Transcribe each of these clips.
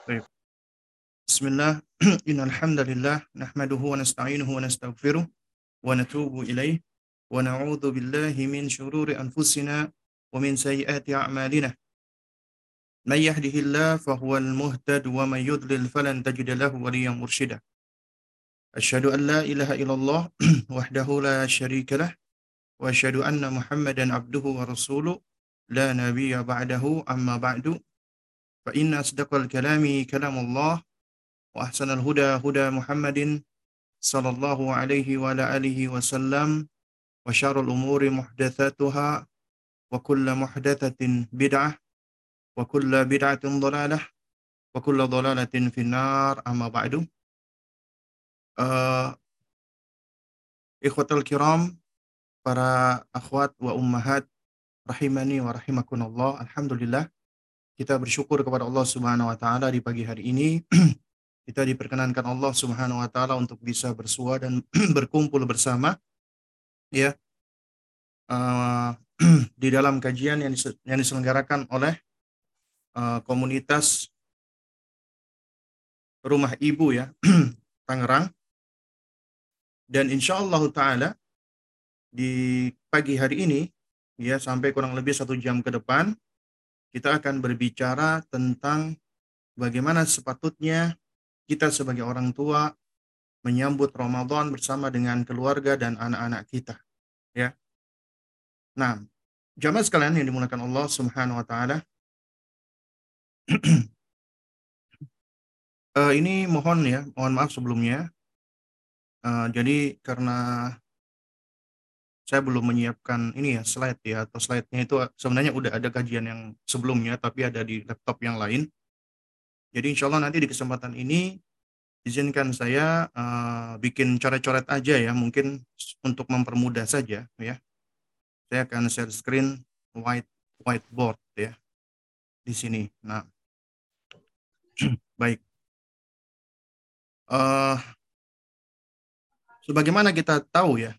Baik. Bismillah. Innal hamdalillah nahmaduhu wa nasta'inuhu wa nastaghfiruh wa natubu ilaih wa na'udzu billahi min shururi anfusina wa min sayyiati a'malina. May yahdihillahu fahuwal muhtad wa may yudlil falan tajida lahu waliyyan mursyida. Asyhadu an la ilaha illallah wahdahu la syarika lah wa asyhadu anna Muhammadan abduhu wa rasuluh la nabiyya ba'dahu amma ba'du. Fa inna asdaqal kalami kalamullah wa ahsanal huda huda Muhammadin sallallahu alaihi wa ala alihi wasallam wa syarrul umuri muhdatsatuha wa kullu muhdatsatin bid'ah wa kullu bid'atin dhalalah wa kullu dhalalatin finnar amma ba'du. uh, Ikhwatal kiram, para akhwat wa ummahat rahimani wa rahimakumullah. Alhamdulillah, kita bersyukur kepada Allah Subhanahu wa taala di pagi hari ini. Kita diperkenankan Allah Subhanahu wa taala untuk bisa bersua dan berkumpul bersama, ya, uh, di dalam kajian yang diselenggarakan oleh komunitas Rumah Ibu, ya, Tangerang. Dan insya Allah taala di pagi hari ini, ya, sampai kurang lebih 1 jam ke depan, kita akan berbicara tentang bagaimana sepatutnya kita sebagai orang tua menyambut Ramadan bersama dengan keluarga dan anak-anak kita, ya. Nah, jamaah sekalian yang dimuliakan Allah Subhanahu wa taala, ini mohon maaf sebelumnya. Jadi karena saya belum menyiapkan ini, ya, slide, ya, atau slide-nya itu sebenarnya udah ada kajian yang sebelumnya tapi ada di laptop yang lain. Jadi insya Allah nanti di kesempatan ini izinkan saya bikin coret-coret aja, ya, mungkin untuk mempermudah saja, ya. Saya akan share screen whiteboard, ya, di sini. Nah, baik. Eh, Sebagaimana kita tahu, ya,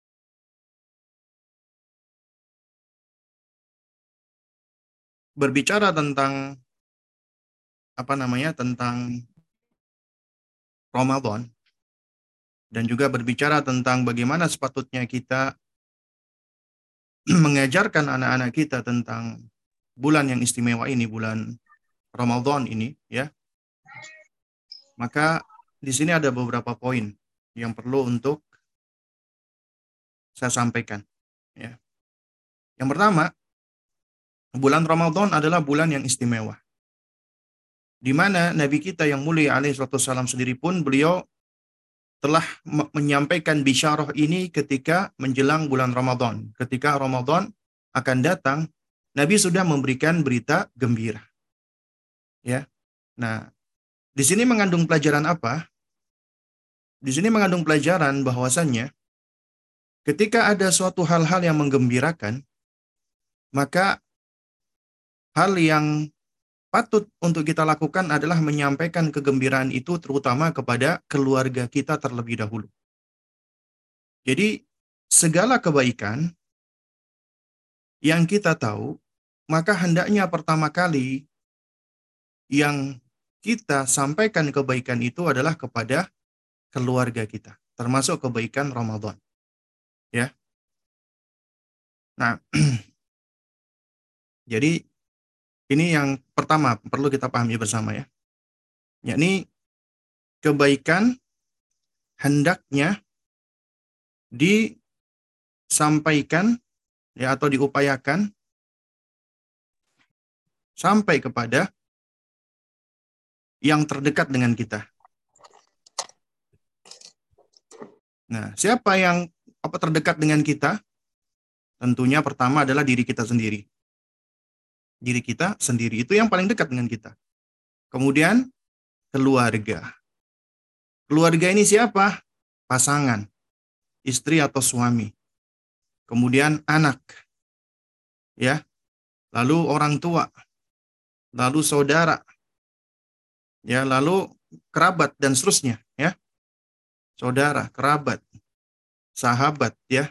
berbicara tentang tentang Ramadan dan juga berbicara tentang bagaimana sepatutnya kita mengajarkan anak-anak kita tentang bulan yang istimewa ini, bulan Ramadan ini, ya. Maka di sini ada beberapa poin yang perlu untuk saya sampaikan, ya. Yang pertama, bulan Ramadan adalah bulan yang istimewa, di mana Nabi kita yang mulia alaihi wasallam sendiri pun beliau telah menyampaikan bisyarah ini ketika menjelang bulan Ramadan. Ketika Ramadan akan datang, Nabi sudah memberikan berita gembira, ya. Nah, di sini mengandung pelajaran apa? Di sini mengandung pelajaran bahwasannya ketika ada suatu hal-hal yang menggembirakan, maka hal yang patut untuk kita lakukan adalah menyampaikan kegembiraan itu terutama kepada keluarga kita terlebih dahulu. Jadi segala kebaikan yang kita tahu, maka hendaknya pertama kali yang kita sampaikan kebaikan itu adalah kepada keluarga kita, termasuk kebaikan Ramadan, ya. Nah, jadi ini yang pertama perlu kita pahami bersama, ya. Yakni kebaikan hendaknya disampaikan, ya, atau diupayakan sampai kepada yang terdekat dengan kita. Nah, siapa yang terdekat dengan kita? Tentunya pertama adalah diri kita sendiri. Diri kita sendiri itu yang paling dekat dengan kita. Kemudian keluarga. Keluarga ini siapa? Pasangan, istri atau suami. Kemudian anak, ya. Lalu orang tua, lalu saudara, ya, lalu kerabat dan seterusnya, ya. Saudara, kerabat, sahabat, ya.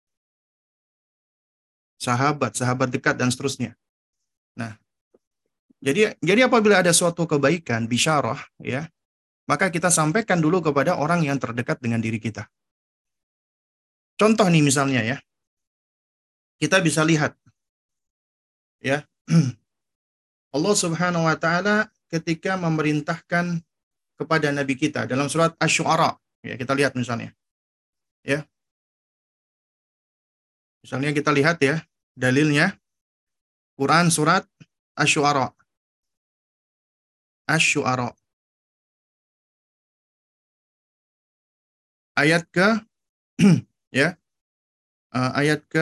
Sahabat dekat dan seterusnya. Nah, Jadi apabila ada suatu kebaikan, bisyarah, ya, maka kita sampaikan dulu kepada orang yang terdekat dengan diri kita. Contoh nih misalnya ya, kita bisa lihat ya, Allah Subhanahu wa taala ketika memerintahkan kepada nabi kita dalam surat Asy-Syu'ara, ya kita lihat misalnya. Ya, misalnya kita lihat ya, dalilnya Quran surat Asy-Syu'ara. Asy-Syu'ara ayat ke ya, ayat ke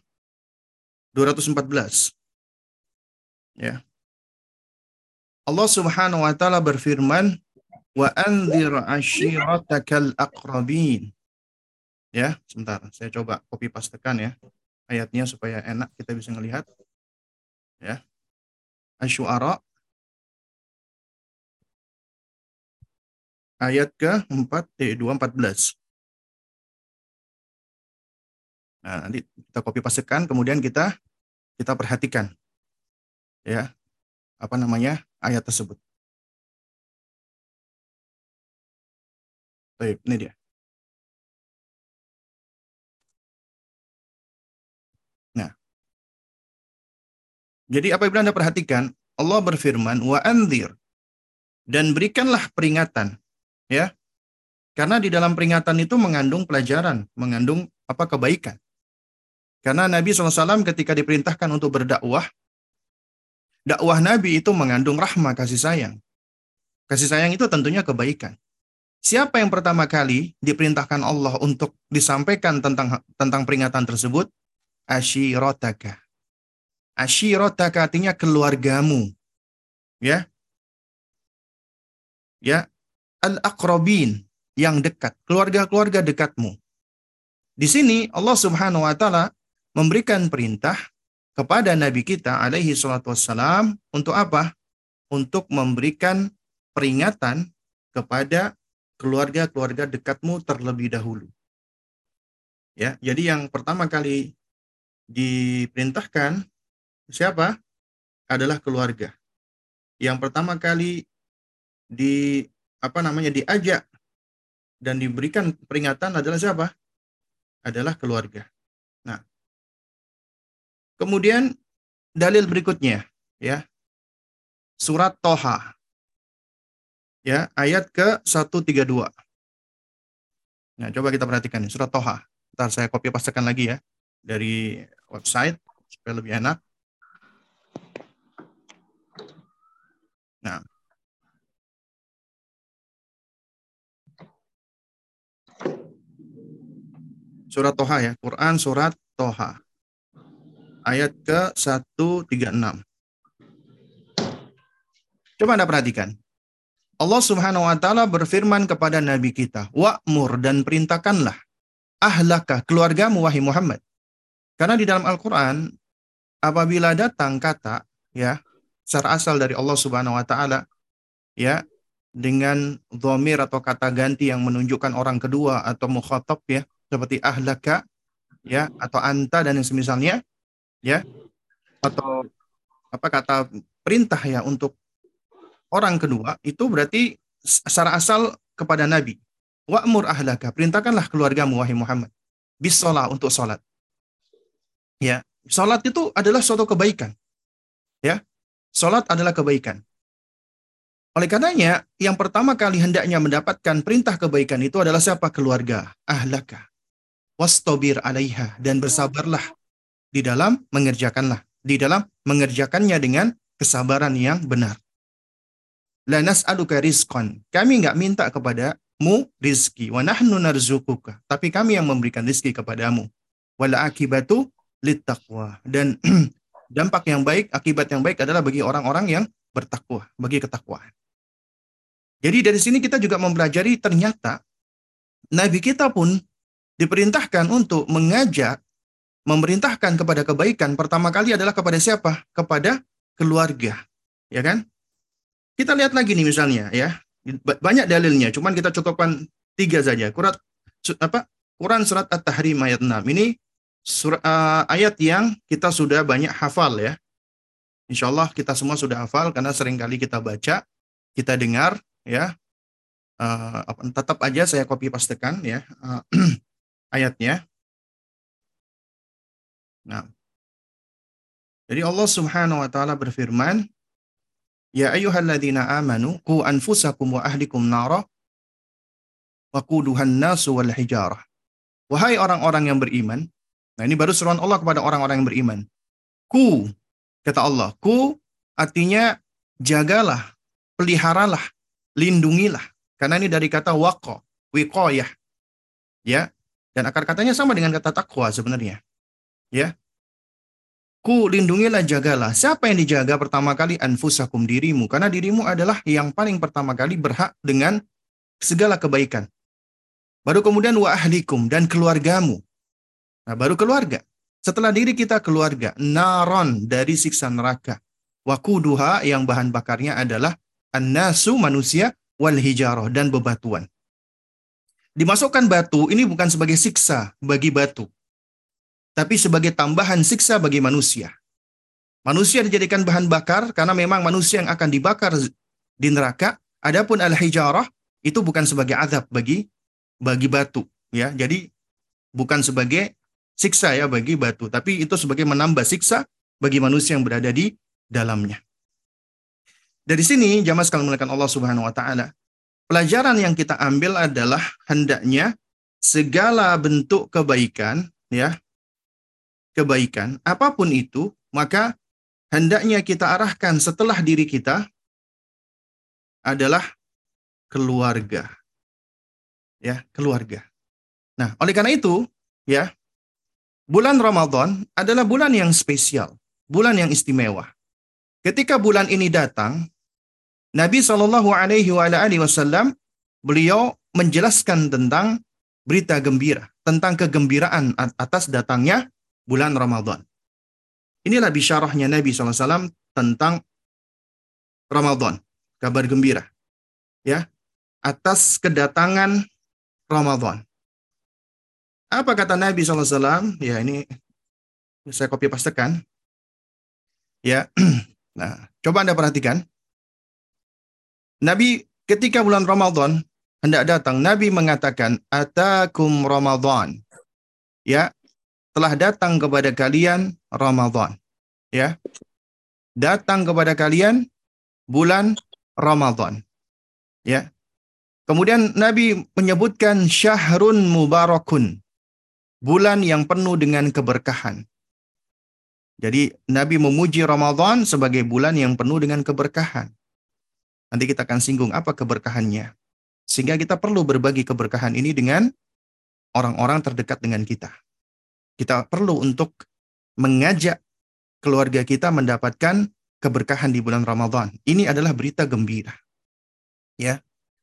214. Ya. Allah Subhanahu wa taala berfirman, "Wa anzir ashiratakal aqrabin." Ya, sebentar, saya coba copy pastekan ya ayatnya supaya enak kita bisa melihat. Ya. Asy-Syu'ara ayat ke-4 214. Nah, nanti kita copy pastekan kemudian kita perhatikan ya, apa namanya? Ayat tersebut. Baik, ini dia. Nah, jadi apabila Anda perhatikan, Allah berfirman, "Wa anzir," dan berikanlah peringatan, ya. Karena di dalam peringatan itu mengandung pelajaran, mengandung apa kebaikan. Karena Nabi SAW ketika diperintahkan untuk berdakwah, dakwah Nabi itu mengandung rahmah, kasih sayang. Kasih sayang itu tentunya kebaikan. Siapa yang pertama kali diperintahkan Allah untuk disampaikan tentang peringatan tersebut? Ashirotaka. Ashirotaka artinya keluargamu, ya, ya, al-aqrabin, yang dekat, keluarga-keluarga dekatmu. Di sini Allah Subhanahu wa taala memberikan perintah kepada Nabi kita alaihi salatu wassalam untuk apa? Untuk memberikan peringatan kepada keluarga-keluarga dekatmu terlebih dahulu. Ya, jadi yang pertama kali diperintahkan siapa? Adalah keluarga. Yang pertama kali diajak dan diberikan peringatan adalah siapa? Adalah keluarga. Nah, kemudian dalil berikutnya ya, surat Toha ya, ayat ke-132. Nah, coba kita perhatikan nih, surat Toha. Ntar saya copy pastekan lagi ya dari website supaya lebih enak. Nah, surat Toha ya, Quran surat Toha ayat ke-136. Coba Anda perhatikan. Allah Subhanahu wa taala berfirman kepada nabi kita, "Wa'mur," dan perintahkanlah, "ahlaka," keluargamu wahai Muhammad. Karena di dalam Al-Qur'an apabila datang kata ya secara asal dari Allah Subhanahu wa taala ya dengan dhamir atau kata ganti yang menunjukkan orang kedua atau mukhatab ya, seperti ahlaka ya atau anta dan yang semisalnya ya, atau apa kata perintah ya untuk orang kedua, itu berarti secara asal kepada Nabi. Wa'mur ahlaka, perintahkanlah keluargamu wahai Muhammad. Bisolah, untuk salat. Ya, salat itu adalah suatu kebaikan. Ya, salat adalah kebaikan. Oleh karenanya, yang pertama kali hendaknya mendapatkan perintah kebaikan itu adalah siapa? Keluarga. Ahlaka. Wastabir alaiha, dan bersabarlah di dalam mengerjakannya dengan kesabaran yang benar. La nas'aluka rizqan. Kami nggak minta kepadamu rizki. Wa nahnu narzukuka. Tapi kami yang memberikan rizki kepadamu. Wala akibatu littaqwa. Dan dampak yang baik, akibat yang baik adalah bagi orang-orang yang bertakwa, bagi ketakwaan. Jadi dari sini kita juga mempelajari ternyata Nabi kita pun diperintahkan untuk mengajak, memerintahkan kepada kebaikan pertama kali adalah kepada siapa? Kepada keluarga. Ya kan? Kita lihat lagi nih misalnya ya. Banyak dalilnya, cuman kita cukupkan 3 saja. Quran surat At-Tahrim ayat 6. Ini ayat yang kita sudah banyak hafal ya. Insya Allah kita semua sudah hafal karena sering kali kita baca, kita dengar, ya. Tetap aja saya copy pastekan ya ayatnya. Nah, jadi Allah Subhanahu wa taala berfirman, "Ya ayyuhalladzina amanu qu anfusakum wa ahlikum nara waquduhan nasu wal hijarah." Wahai orang-orang yang beriman. Nah, ini baru seruan Allah kepada orang-orang yang beriman. Ku, kata Allah, ku artinya jagalah, peliharalah, lindungilah. Karena ini dari kata waqa, wiqayah, ya. Dan akar katanya sama dengan kata takwa sebenarnya, ya. Ku lindungilah, jagalah. Siapa yang dijaga pertama kali? Anfusakum, dirimu. Karena dirimu adalah yang paling pertama kali berhak dengan segala kebaikan. Baru kemudian wa ahlikum, dan keluargamu. Nah, baru keluarga. Setelah diri kita, keluarga. Naron, dari siksa neraka. Waquduha, yang bahan bakarnya adalah annasu, manusia, wal hijarah, dan bebatuan. Dimasukkan batu, ini bukan sebagai siksa bagi batu, tapi sebagai tambahan siksa bagi manusia. Manusia dijadikan bahan bakar karena memang manusia yang akan dibakar di neraka. Adapun al-hijarah itu bukan sebagai azab bagi batu, ya. Jadi bukan sebagai siksa ya bagi batu, tapi itu sebagai menambah siksa bagi manusia yang berada di dalamnya. Dari sini jamaah sekalian muliakan Allah Subhanahu wa taala, pelajaran yang kita ambil adalah hendaknya segala bentuk kebaikan, ya, kebaikan apapun itu, maka hendaknya kita arahkan setelah diri kita adalah keluarga. Ya, keluarga. Nah, oleh karena itu, ya, bulan Ramadan adalah bulan yang spesial, bulan yang istimewa. Ketika bulan ini datang, Nabi Shallallahu Alaihi Wasallam beliau menjelaskan tentang berita gembira, tentang kegembiraan atas datangnya bulan Ramadan. Inilah bisyarahnya Nabi SAW tentang Ramadan, kabar gembira, ya, atas kedatangan Ramadan. Apa kata Nabi SAW? Ya, ini saya copy pastekan. Ya, nah, coba Anda perhatikan. Nabi ketika bulan Ramadan hendak datang, Nabi mengatakan, "Atakum Ramadan." Ya, telah datang kepada kalian Ramadan. Ya, datang kepada kalian bulan Ramadan. Ya. Kemudian Nabi menyebutkan syahrun mubarakun, bulan yang penuh dengan keberkahan. Jadi Nabi memuji Ramadan sebagai bulan yang penuh dengan keberkahan. Nanti kita akan singgung apa keberkahannya. Sehingga kita perlu berbagi keberkahan ini dengan orang-orang terdekat dengan kita. Kita perlu untuk mengajak keluarga kita mendapatkan keberkahan di bulan Ramadan. Ini adalah berita gembira. Ya.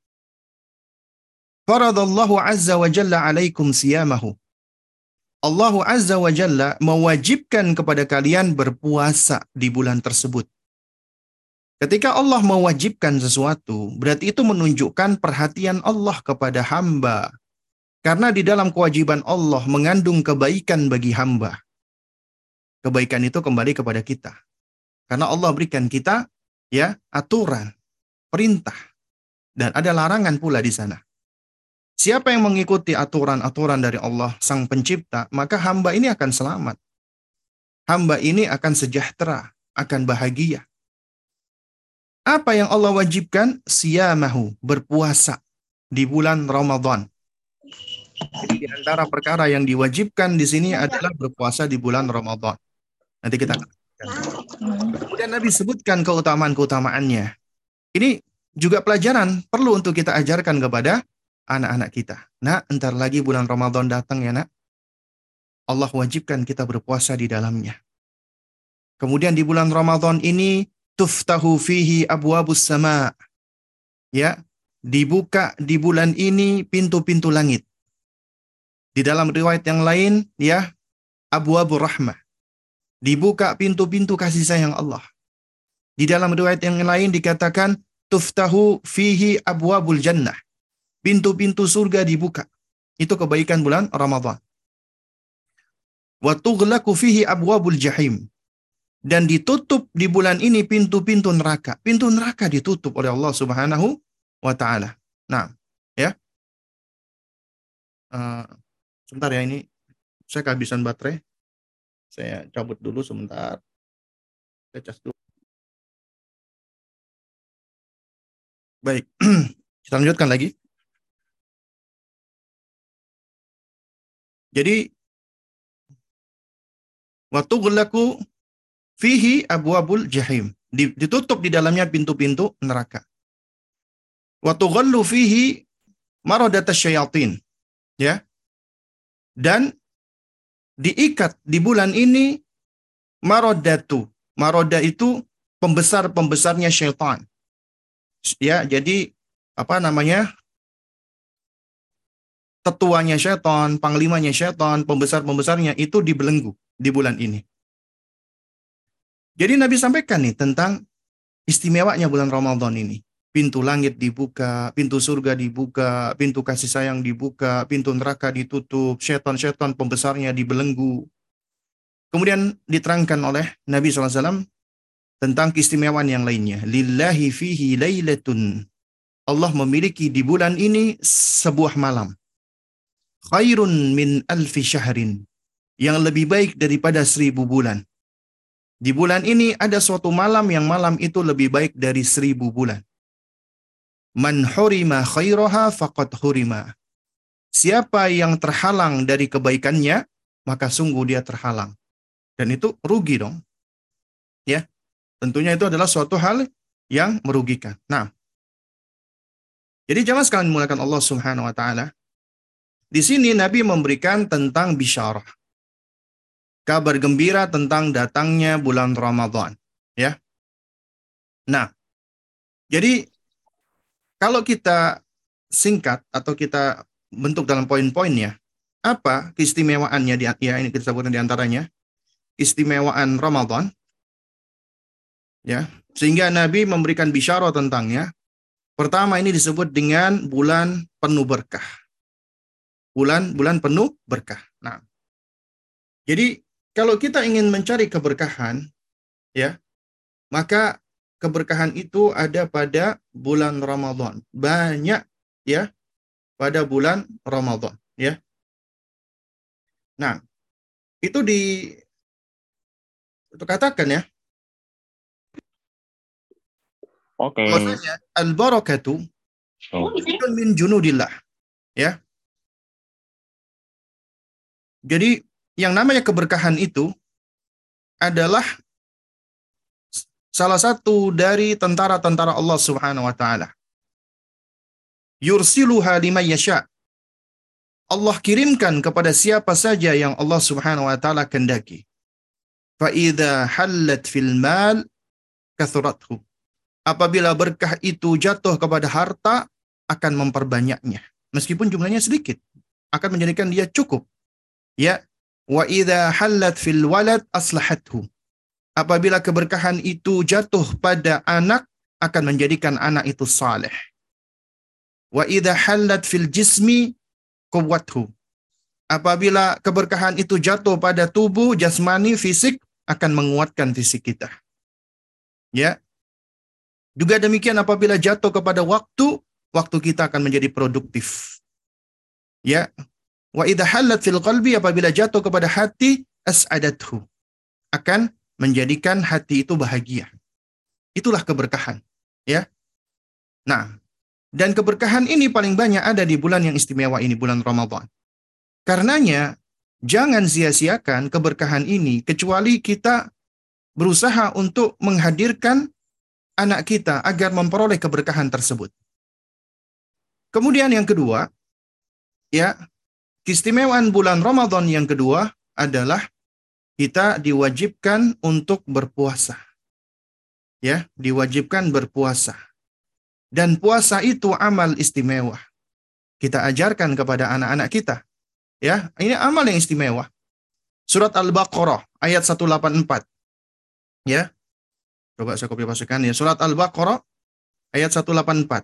Faradallahu azza wa jalla alaikum siyamahu. Allah azza wa jalla mewajibkan kepada kalian berpuasa di bulan tersebut. Ketika Allah mewajibkan sesuatu, berarti itu menunjukkan perhatian Allah kepada hamba. Karena di dalam kewajiban Allah mengandung kebaikan bagi hamba. Kebaikan itu kembali kepada kita. Karena Allah berikan kita, ya, aturan, perintah, dan ada larangan pula di sana. Siapa yang mengikuti aturan-aturan dari Allah Sang Pencipta, maka hamba ini akan selamat. Hamba ini akan sejahtera, akan bahagia. Apa yang Allah wajibkan? Siyamahu, berpuasa di bulan Ramadan. Jadi di antara perkara yang diwajibkan di sini adalah berpuasa di bulan Ramadan. Nanti kita akan. Kemudian Nabi sebutkan keutamaan-keutamaannya. Ini juga pelajaran perlu untuk kita ajarkan kepada anak-anak kita. Nak, entar lagi bulan Ramadan datang ya nak. Allah wajibkan kita berpuasa di dalamnya. Kemudian di bulan Ramadan ini tuftahu fihi abwabus sama. Ya, dibuka di bulan ini pintu-pintu langit. Di dalam riwayat yang lain, ya, abwabur rahmah. Dibuka pintu-pintu kasih sayang Allah. Di dalam riwayat yang lain dikatakan tuftahu fihi abwabul jannah. Pintu-pintu surga dibuka. Itu kebaikan bulan Ramadan. Wa tughlaqu fihi abwabul jahim. Dan ditutup di bulan ini pintu-pintu neraka. Pintu neraka ditutup oleh Allah Subhanahu wa taala. Nah, ya. eh, Sebentar ya, ini saya kehabisan baterai. Saya cabut dulu sebentar. Saya cas dulu. Baik. Kita lanjutkan lagi. Jadi waktu gelaku fihi abwabul jahim. Ditutup di dalamnya pintu-pintu neraka. Waktu ghallu fihi maradat syayatin. Ya. Dan diikat di bulan ini marodatu. Maroda itu pembesar-pembesarnya syaitan. Ya, jadi apa namanya? Tetuanya syaitan, panglimanya syaitan, pembesar-pembesarnya itu dibelenggu di bulan ini. Jadi Nabi sampaikan nih tentang istimewanya bulan Ramadan ini. Pintu langit dibuka, pintu surga dibuka, pintu kasih sayang dibuka, pintu neraka ditutup, syaitan-syaitan pembesarnya dibelenggu. Kemudian diterangkan oleh Nabi SAW tentang keistimewaan yang lainnya. Lillahi fihi lailatun. Allah memiliki di bulan ini sebuah malam. Khairun min alfi syahrin. Yang lebih baik daripada 1000 bulan. Di bulan ini ada suatu malam yang malam itu lebih baik dari 1000 bulan. Man hurima khairaha faqad hurima. Siapa yang terhalang dari kebaikannya, maka sungguh dia terhalang. Dan itu rugi dong. Ya, tentunya itu adalah suatu hal yang merugikan. Nah, jadi jangan sekalian memulakan Allah Subhanahu wa taala. Di sini Nabi memberikan tentang bisyarah. Kabar gembira tentang datangnya bulan Ramadan, ya. Nah, jadi kalau kita singkat atau kita bentuk dalam poin-poinnya, apa keistimewaannya ya ini kita sebutkan di antaranya istimewaan Ramadan, ya. Sehingga Nabi memberikan bisyarah tentangnya. Pertama ini disebut dengan bulan penuh berkah. Bulan penuh berkah. Nah, jadi kalau kita ingin mencari keberkahan, ya, maka keberkahan itu ada pada bulan Ramadan. Banyak, ya, pada bulan Ramadan, ya. Nah, itu katakan ya, Oke. bahwasanya al-barakatu min junudillah, ya. Jadi yang namanya keberkahan itu adalah salah satu dari tentara-tentara Allah Subhanahu wa taala. Yursiluha liman yasha. Allah kirimkan kepada siapa saja yang Allah Subhanahu wa taala kehendaki. Fa idza hallat fil mal kathurathu. Apabila berkah itu jatuh kepada harta, akan memperbanyaknya. Meskipun jumlahnya sedikit, akan menjadikan dia cukup. Ya, wa idza hallat fil walad aslahathu. Apabila keberkahan itu jatuh pada anak, akan menjadikan anak itu saleh. Wa idza hallat fil jismi quwwathu. Apabila keberkahan itu jatuh pada tubuh jasmani fisik, akan menguatkan fisik kita. Ya. Juga demikian apabila jatuh kepada waktu kita akan menjadi produktif. Ya. Wa idza hallat fil qalbi, apabila jatuh kepada hati, as'adathu. Akan menjadikan hati itu bahagia. Itulah keberkahan. Ya. Nah, dan keberkahan ini paling banyak ada di bulan yang istimewa ini, bulan Ramadan. Karenanya, jangan sia-siakan keberkahan ini, kecuali kita berusaha untuk menghadirkan anak kita agar memperoleh keberkahan tersebut. Kemudian yang kedua, ya, keistimewaan bulan Ramadan yang kedua adalah kita diwajibkan untuk berpuasa. Ya, diwajibkan berpuasa. Dan puasa itu amal istimewa. Kita ajarkan kepada anak-anak kita. Ya, ini amal yang istimewa. Surat Al-Baqarah ayat 184. Ya. Coba saya copy pastekan ya. Surat Al-Baqarah ayat 184.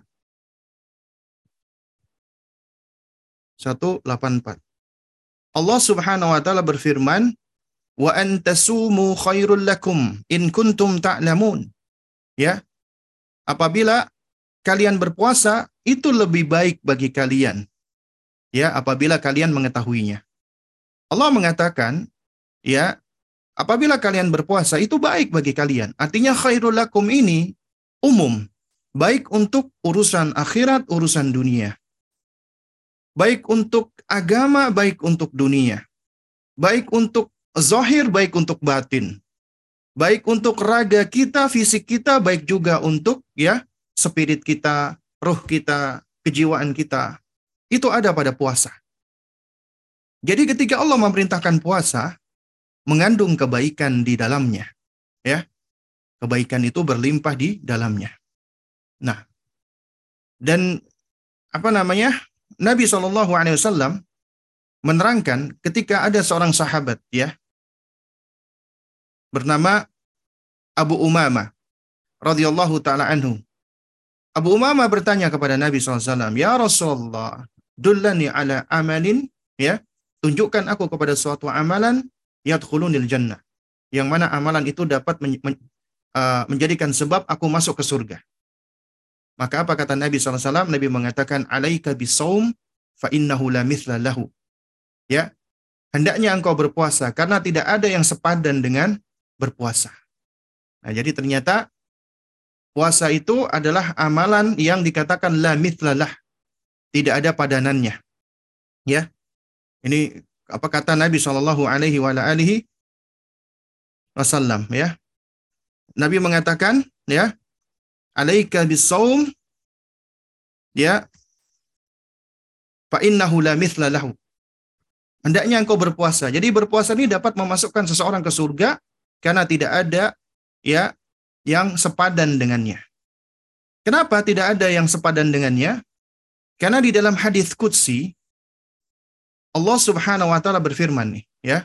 184. Allah Subhanahu wa taala berfirman, wa an tasumu khairul lakum in kuntum ta'lamun. Ya, apabila kalian berpuasa itu lebih baik bagi kalian. Ya, apabila kalian mengetahuinya. Allah mengatakan, ya, apabila kalian berpuasa itu baik bagi kalian. Artinya khairul lakum ini umum, baik untuk urusan akhirat, urusan dunia. Baik untuk agama, baik untuk dunia. Baik untuk zahir, baik untuk batin. Baik untuk raga kita, fisik kita, baik juga untuk ya spirit kita, roh kita, kejiwaan kita. Itu ada pada puasa. Jadi ketika Allah memerintahkan puasa, mengandung kebaikan di dalamnya. Ya, kebaikan itu berlimpah di dalamnya. Nah, dan apa namanya? Nabi SAW menerangkan ketika ada seorang sahabat ya bernama Abu Umamah radhiyallahu taala anhu. Abu Umamah bertanya kepada Nabi SAW, "Ya Rasulullah, dullani ala amalin, ya, tunjukkan aku kepada suatu amalan yadkhulunil jannah, yang mana amalan itu dapat menjadikan sebab aku masuk ke surga." Maka apa kata Nabi SAW? Nabi mengatakan, "Alaika bisaum fa innahu la mithla lahu." Ya, hendaknya engkau berpuasa karena tidak ada yang sepadan dengan berpuasa. Nah, jadi ternyata puasa itu adalah amalan yang dikatakan la mithlalah, tidak ada padanannya. Ya, ini apa kata Nabi Shallallahu Alaihi Wasallam ya. Nabi mengatakan ya, alaika bisaum ya, fa innahu la mithlalahu. Hendaknya engkau berpuasa. Jadi berpuasa ini dapat memasukkan seseorang ke surga karena tidak ada ya yang sepadan dengannya. Kenapa tidak ada yang sepadan dengannya? Karena di dalam hadis qudsi Allah Subhanahu wa taala berfirman nih, ya.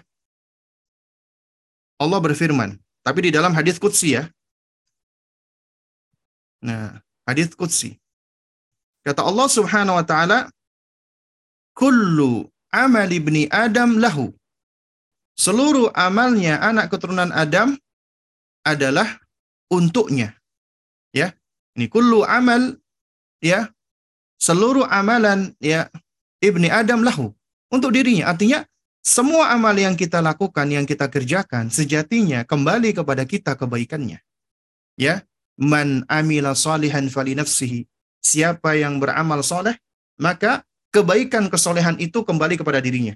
Allah berfirman, tapi di dalam hadis qudsi ya. Nah, hadis qudsi. Kata Allah Subhanahu wa taala, "Kullu amal ibni Adam lahu." Seluruh amalnya anak keturunan Adam adalah untuknya. Ya. Ini kullu amal ya, seluruh amalan ya ibni Adam lahu, untuk dirinya. Artinya semua amal yang kita lakukan, yang kita kerjakan, sejatinya kembali kepada kita kebaikannya. Ya, man amila salihan fali nafsihi. Siapa yang beramal soleh, maka kebaikan kesolehan itu kembali kepada dirinya.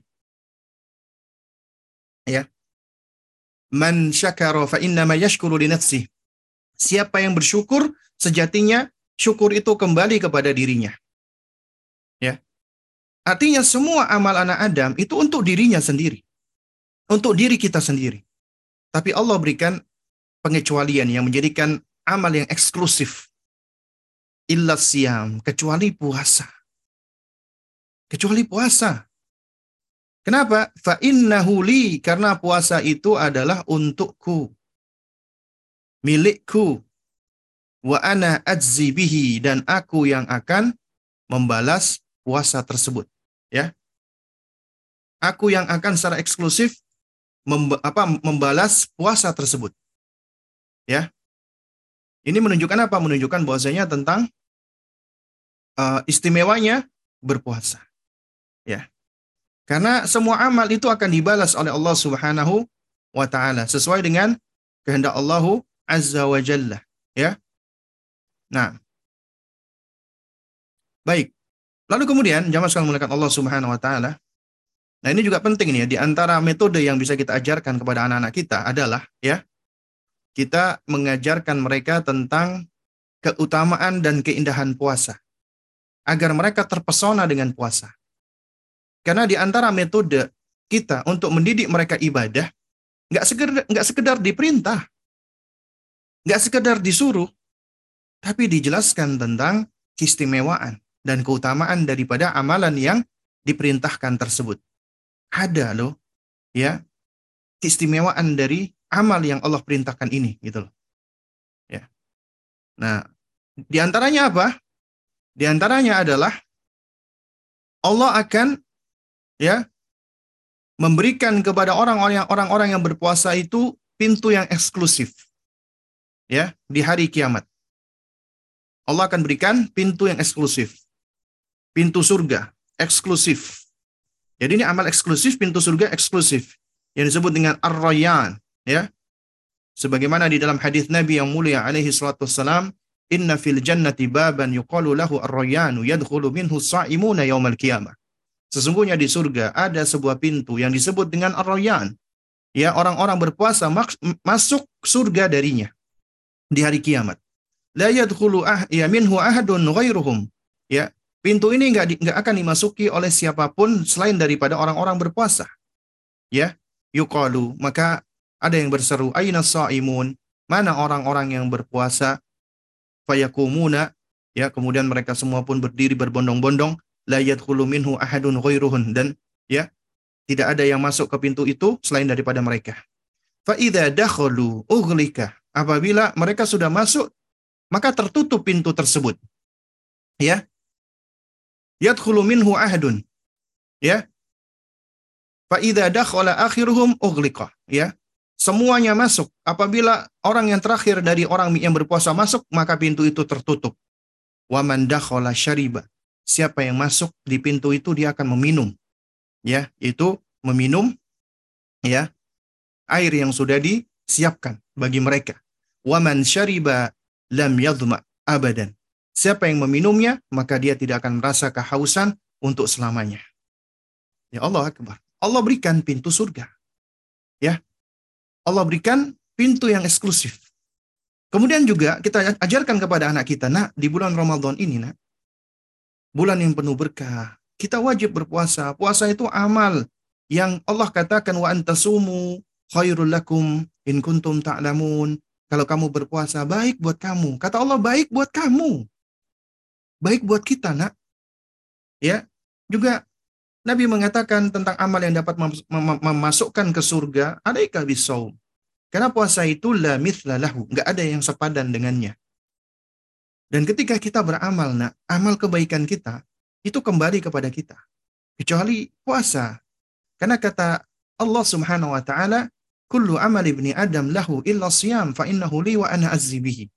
Ya, man syakara fa innama yashkuru li nafsihi. Siapa yang bersyukur, sejatinya syukur itu kembali kepada dirinya. Ya, artinya semua amal anak Adam itu untuk dirinya sendiri. Untuk diri kita sendiri. Tapi Allah berikan pengecualian yang menjadikan amal yang eksklusif. Illa siyam, kecuali puasa. Kecuali puasa. Kenapa? Fa innahu li, karena puasa itu adalah untukku. Milikku. Wa ana ajzi bihi, dan aku yang akan membalas puasa tersebut. Ya. Aku yang akan secara eksklusif membalas puasa tersebut. Ya. Ini menunjukkan apa? Menunjukkan bahwasanya tentang istimewanya berpuasa. Ya. Karena semua amal itu akan dibalas oleh Allah Subhanahu wa taala sesuai dengan kehendak Allah Azza wa Jalla, ya. Nah, baik. Lalu kemudian jamaah sekalian melihat Allah Subhanahu wa taala. Nah, ini juga penting nih ya, di antara metode yang bisa kita ajarkan kepada anak-anak kita adalah ya, kita mengajarkan mereka tentang keutamaan dan keindahan puasa agar mereka terpesona dengan puasa. Karena di antara metode kita untuk mendidik mereka ibadah, nggak sekedar diperintah, nggak sekedar disuruh, tapi dijelaskan tentang keistimewaan dan keutamaan daripada amalan yang diperintahkan tersebut. Ada loh, ya, keistimewaan dari amal yang Allah perintahkan ini, gitu loh. Ya. Nah, di antaranya apa? Di antaranya adalah Allah akan ya memberikan kepada orang-orang yang berpuasa itu pintu yang eksklusif, ya, di hari kiamat. Allah akan berikan pintu yang eksklusif, pintu surga eksklusif. Jadi ini amal eksklusif, pintu surga eksklusif yang disebut dengan Ar-Rayyan, ya. Sebagaimana di dalam hadis Nabi yang mulia alaihi salatu wassalam, "Inna fil jannati baban yuqalu lahu Ar-Rayyanu yadkhulu minhu as-sha'imuna yaumal qiyamah." Sesungguhnya di surga ada sebuah pintu yang disebut dengan Ar-Rayyan. Ya, orang-orang berpuasa masuk surga darinya di hari kiamat. La yadkhulu ya minhu ahadun ghairuhum. Ya, pintu ini enggak akan dimasuki oleh siapapun selain daripada orang-orang berpuasa. Ya, yuqalu, maka ada yang berseru, aina shaimun? Mana orang-orang yang berpuasa? Fayakumuna, ya, kemudian mereka semua pun berdiri berbondong-bondong, la yadkhulu minhu ahadun ghairuhun, dan ya, tidak ada yang masuk ke pintu itu selain daripada mereka. Fa idza dakhalu ughliqa, apabila mereka sudah masuk, maka tertutup pintu tersebut. Ya. Yadkhulu minhu ahadun. Ya. Fa idza dakhala akhiruhum ughliqa, ya. Semuanya masuk. Apabila orang yang terakhir dari orang yang berpuasa masuk, maka pintu itu tertutup. Wa man dakhala syariba. Siapa yang masuk di pintu itu dia akan meminum. Ya, itu meminum, ya, air yang sudah disiapkan bagi mereka. Wa man syariba lam yadhma abadan. Siapa yang meminumnya, maka dia tidak akan merasa kehausan untuk selamanya. Ya, Allah Akbar. Allah berikan pintu surga. Ya. Allah berikan pintu yang eksklusif. Kemudian juga kita ajarkan kepada anak kita, nak, di bulan Ramadan ini, nak, bulan yang penuh berkah, kita wajib berpuasa. Puasa itu amal yang Allah katakan, wa antasumu khairul lakum in kuntum ta'lamun. Kalau kamu berpuasa, baik buat kamu. Kata Allah, baik buat kamu. Baik buat kita, nak. Ya, juga Nabi mengatakan tentang amal yang dapat memasukkan ke surga, alaika bisawm. Karena puasa itu la mithla lahu, enggak ada yang sepadan dengannya. Dan ketika kita beramal, nak, amal kebaikan kita itu kembali kepada kita. Kecuali puasa. Karena kata Allah Subhanahu wa taala, kullu amal ibni Adam lahu illa siyam fa innahu li wa ana azzi bihi.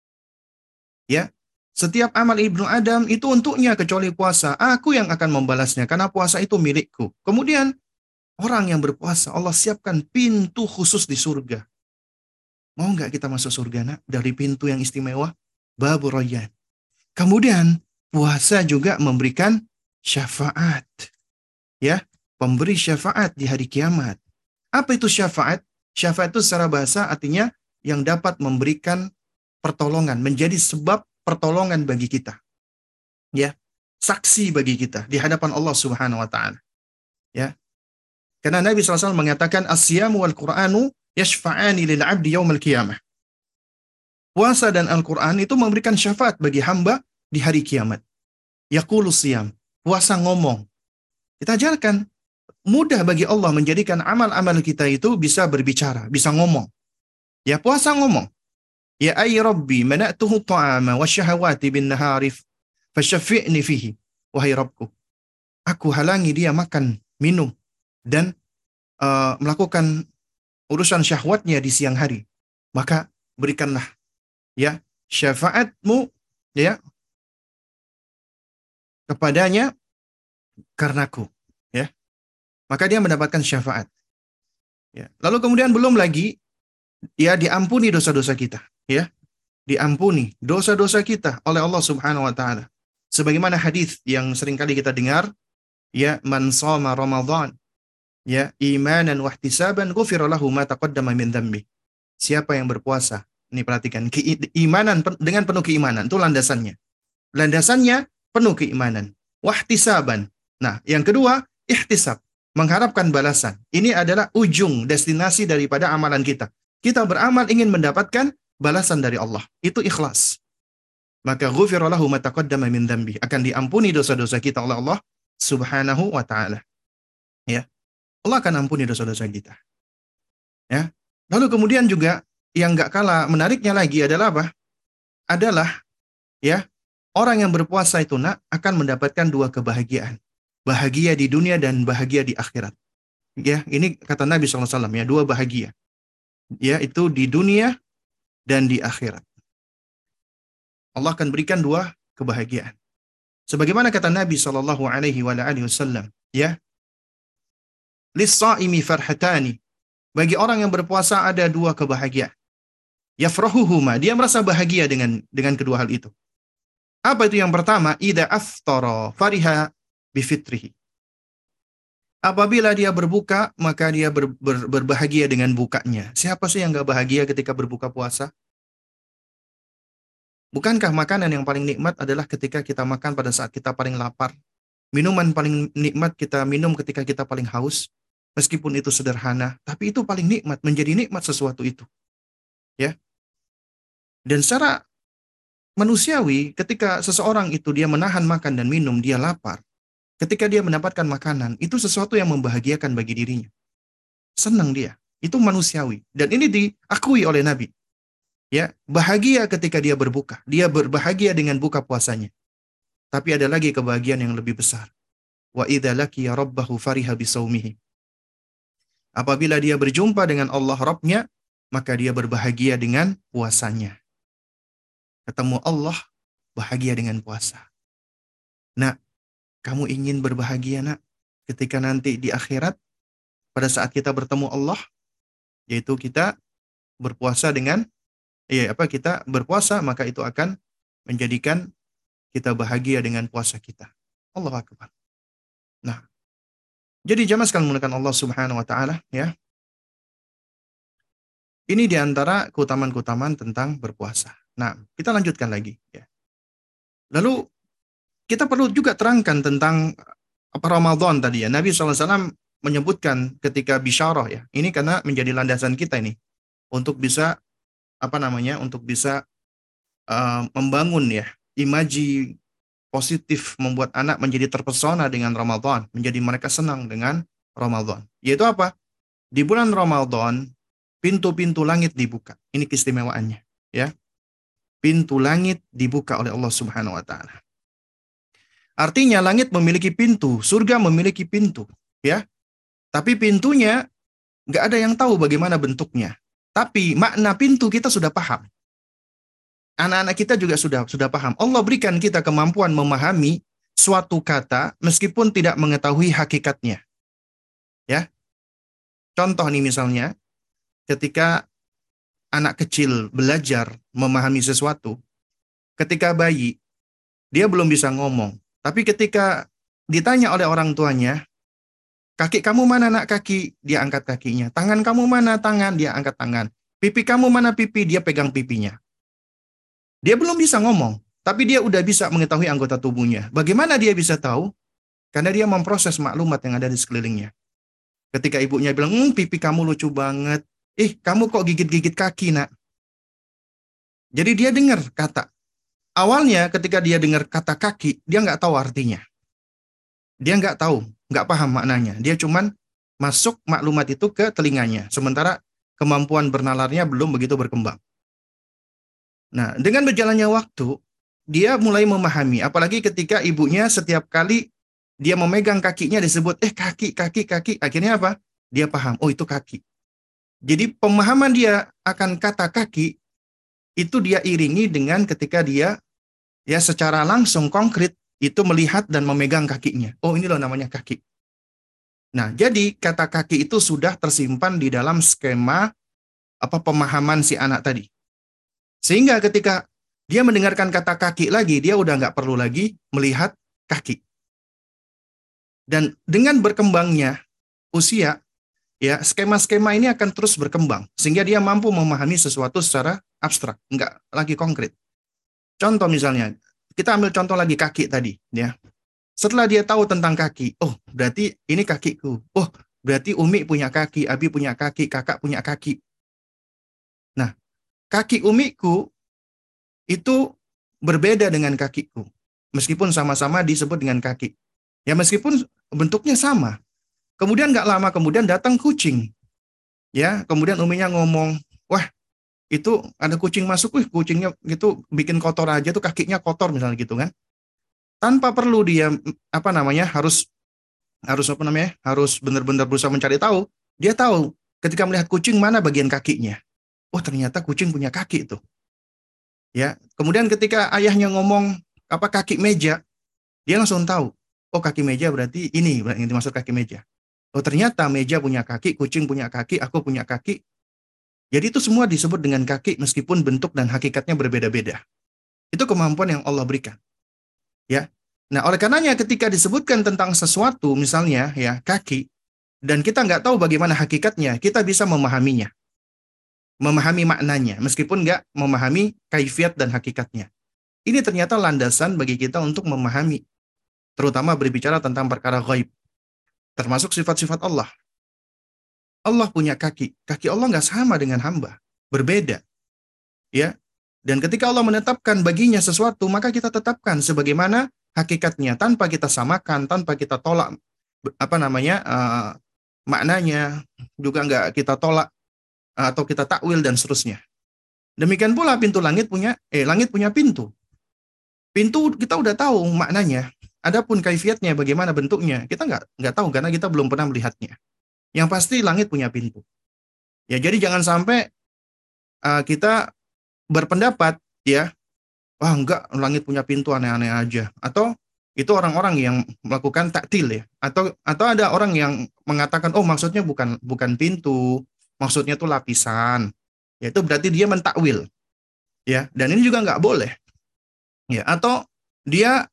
Ya, setiap amal ibnu Adam itu untuknya kecuali puasa. Aku yang akan membalasnya karena puasa itu milikku. Kemudian orang yang berpuasa, Allah siapkan pintu khusus di surga. Mau nggak kita masuk surga, nak? Dari pintu yang istimewa, Babur Rayyan. Kemudian puasa juga memberikan syafaat. Ya, pemberi syafaat di hari kiamat. Apa itu syafaat? Syafaat itu secara bahasa artinya yang dapat memberikan pertolongan, menjadi sebab pertolongan bagi kita. Ya, saksi bagi kita di hadapan Allah Subhanahu wa taala. Ya. Karena Nabi SAW mengatakan as-siyamu wal Qur'anu yashfa'ani lil 'abdi yaumal qiyamah. Puasa dan Al-Qur'an itu memberikan syafaat bagi hamba di hari kiamat. Yaqulu siyam, puasa ngomong. Kita ajarkan, mudah bagi Allah menjadikan amal-amal kita itu bisa berbicara, bisa ngomong. Ya, puasa ngomong. Ya ay Rabbi mana'tuhu ta'ama wa syahawati bin nahari fasyafi'ni fihi. Wahai Rabbku, aku halangi dia makan, minum, dan melakukan urusan syahwatnya di siang hari. Maka berikanlah, ya, syafaatmu, ya, kepadanya karenaku. Ya. Maka dia mendapatkan syafaat. Ya. Lalu kemudian belum lagi, ya, diampuni dosa-dosa kita. Ya, diampuni dosa-dosa kita oleh Allah Subhanahu wa taala. Sebagaimana hadis yang sering kali kita dengar, ya, man shoma Ramadan, ya, imanan wa ihtisaban ghufira lahu ma taqaddama min dzambi. Siapa yang berpuasa, ini perhatikan, keimanan dengan penuh keimanan, itu landasannya. Landasannya penuh keimanan. Wahtisaban. Nah, yang kedua, ihtisab, mengharapkan balasan. Ini adalah ujung destinasi daripada amalan kita. Kita beramal ingin mendapatkan balasan dari Allah. Itu ikhlas. Maka ghufira lahu ma taqaddama min dzambi, akan diampuni dosa-dosa kita oleh Allah Subhanahu wa taala. Ya. Allah akan ampuni dosa-dosa kita. Ya. Lalu kemudian juga yang enggak kalah menariknya lagi adalah apa? Adalah, ya, orang yang berpuasa itu, nak, akan mendapatkan dua kebahagiaan. Bahagia di dunia dan bahagia di akhirat. Ya, ini kata Nabi SAW ya, dua bahagia. Ya, itu di dunia dan di akhirat. Allah akan berikan dua kebahagiaan. Sebagaimana kata Nabi SAW, ya, lis-shaimi farhatani. Bagi orang yang berpuasa ada dua kebahagiaan. Yafrahuhuma, dia merasa bahagia dengan kedua hal itu. Apa itu yang pertama? Idza aftara fariha bifitrihi. Apabila dia berbuka, maka dia berbahagia dengan bukanya. Siapa sih yang gak bahagia ketika berbuka puasa? Bukankah makanan yang paling nikmat adalah ketika kita makan pada saat kita paling lapar? Minuman paling nikmat kita minum ketika kita paling haus? Meskipun itu sederhana, tapi itu paling nikmat, menjadi nikmat sesuatu itu. Ya. Dan secara manusiawi, ketika seseorang itu dia menahan makan dan minum, dia lapar. Ketika dia mendapatkan makanan, itu sesuatu yang membahagiakan bagi dirinya. Senang dia. Itu manusiawi. Dan ini diakui oleh Nabi. Ya, bahagia ketika dia berbuka. Dia berbahagia dengan buka puasanya. Tapi ada lagi kebahagiaan yang lebih besar. Wa idza laqiya rabbahu fariha bisaumihi. Apabila dia berjumpa dengan Allah Rabb-nya, maka dia berbahagia dengan puasanya. Ketemu Allah, bahagia dengan puasa. Nah, kamu ingin berbahagia, nak, ketika nanti di akhirat, pada saat kita bertemu Allah, yaitu kita berpuasa dengan, kita berpuasa, maka itu akan menjadikan kita bahagia dengan puasa kita. Allahu Akbar. Nah, jadi jamaah sekalian menggunakan Allah Subhanahu wa taala, ya. Ini diantara keutamaan-keutamaan tentang berpuasa. Nah, kita lanjutkan lagi, ya. Lalu kita perlu juga terangkan tentang apa Ramadan tadi ya. Nabi SAW menyebutkan ketika bisyarah ya. Ini karena menjadi landasan kita ini untuk bisa untuk bisa membangun ya imaji positif, membuat anak menjadi terpesona dengan Ramadan, menjadi mereka senang dengan Ramadan. Yaitu apa? Di bulan Ramadan pintu-pintu langit dibuka. Ini keistimewaannya, ya. Pintu langit dibuka oleh Allah Subhanahu wa taala. Artinya langit memiliki pintu, surga memiliki pintu, ya. Tapi pintunya nggak ada yang tahu bagaimana bentuknya. Tapi makna pintu kita sudah paham. Anak-anak kita juga sudah paham. Allah berikan kita kemampuan memahami suatu kata meskipun tidak mengetahui hakikatnya. Ya. Contoh nih misalnya, ketika anak kecil belajar memahami sesuatu, ketika bayi, dia belum bisa ngomong. Tapi ketika ditanya oleh orang tuanya, kaki kamu mana nak kaki? Dia angkat kakinya. Tangan kamu mana tangan? Dia angkat tangan. Pipi kamu mana pipi? Dia pegang pipinya. Dia belum bisa ngomong, tapi dia udah bisa mengetahui anggota tubuhnya. Bagaimana dia bisa tahu? Karena dia memproses maklumat yang ada di sekelilingnya. Ketika ibunya bilang, pipi kamu lucu banget. Kamu kok gigit-gigit kaki, nak? Jadi dia dengar kata. Awalnya ketika dia dengar kata kaki, dia nggak tahu artinya. Dia nggak tahu, nggak paham maknanya. Dia cuman masuk maklumat itu ke telinganya. Sementara kemampuan bernalarnya belum begitu berkembang. Nah, dengan berjalannya waktu, dia mulai memahami. Apalagi ketika ibunya setiap kali dia memegang kakinya disebut, kaki, kaki, kaki. Akhirnya apa? Dia paham, itu kaki. Jadi pemahaman dia akan kata kaki, itu dia iringi dengan ketika dia ya secara langsung konkret itu melihat dan memegang kakinya. Ini loh namanya kaki. Nah, jadi kata kaki itu sudah tersimpan di dalam skema pemahaman si anak tadi. Sehingga ketika dia mendengarkan kata kaki lagi, dia udah nggak perlu lagi melihat kaki. Dan dengan berkembangnya usia, ya skema-skema ini akan terus berkembang. Sehingga dia mampu memahami sesuatu secara abstrak, nggak lagi konkret. Contoh misalnya, kita ambil contoh lagi kaki tadi, ya. Setelah dia tahu tentang kaki, berarti ini kakiku. Berarti Umi punya kaki, Abi punya kaki, kakak punya kaki. Nah, kaki Umiku itu berbeda dengan kakiku. Meskipun sama-sama disebut dengan kaki. Ya meskipun bentuknya sama. Kemudian nggak lama kemudian datang kucing. Ya, kemudian Uminya ngomong, wah, itu ada kucing masuk, kucingnya gitu bikin kotor aja tuh kakinya kotor misalnya gitu kan. Tanpa perlu dia harus harus apa namanya? Harus benar-benar berusaha mencari tahu. Dia tahu ketika melihat kucing mana bagian kakinya. Oh, ternyata kucing punya kaki itu. Ya. Kemudian ketika ayahnya ngomong apa kaki meja, dia langsung tahu. Oh, kaki meja berarti ini yang dimaksud kaki meja. Oh, ternyata meja punya kaki, kucing punya kaki, aku punya kaki. Jadi itu semua disebut dengan kaki meskipun bentuk dan hakikatnya berbeda-beda. Itu kemampuan yang Allah berikan. Ya. Nah, oleh karenanya ketika disebutkan tentang sesuatu, misalnya ya kaki, dan kita nggak tahu bagaimana hakikatnya, kita bisa memahaminya, memahami maknanya, meskipun nggak memahami kaifiat dan hakikatnya. Ini ternyata landasan bagi kita untuk memahami, terutama berbicara tentang perkara gaib, termasuk sifat-sifat Allah. Allah punya kaki, kaki Allah nggak sama dengan hamba, berbeda, ya. Dan ketika Allah menetapkan baginya sesuatu, maka kita tetapkan sebagaimana hakikatnya, tanpa kita samakan, tanpa kita tolak apa namanya maknanya, juga nggak kita tolak atau kita takwil dan seterusnya. Demikian pula pintu langit punya pintu. Pintu kita udah tahu maknanya. Adapun kaifiatnya bagaimana bentuknya, kita nggak tahu karena kita belum pernah melihatnya. Yang pasti langit punya pintu. Ya, jadi jangan sampai kita berpendapat ya, wah enggak langit punya pintu aneh-aneh aja. Atau itu orang-orang yang melakukan taktil ya. Atau ada orang yang mengatakan oh maksudnya bukan pintu, maksudnya itu lapisan. Ya itu berarti dia mentakwil. Ya, dan ini juga nggak boleh. Ya, atau dia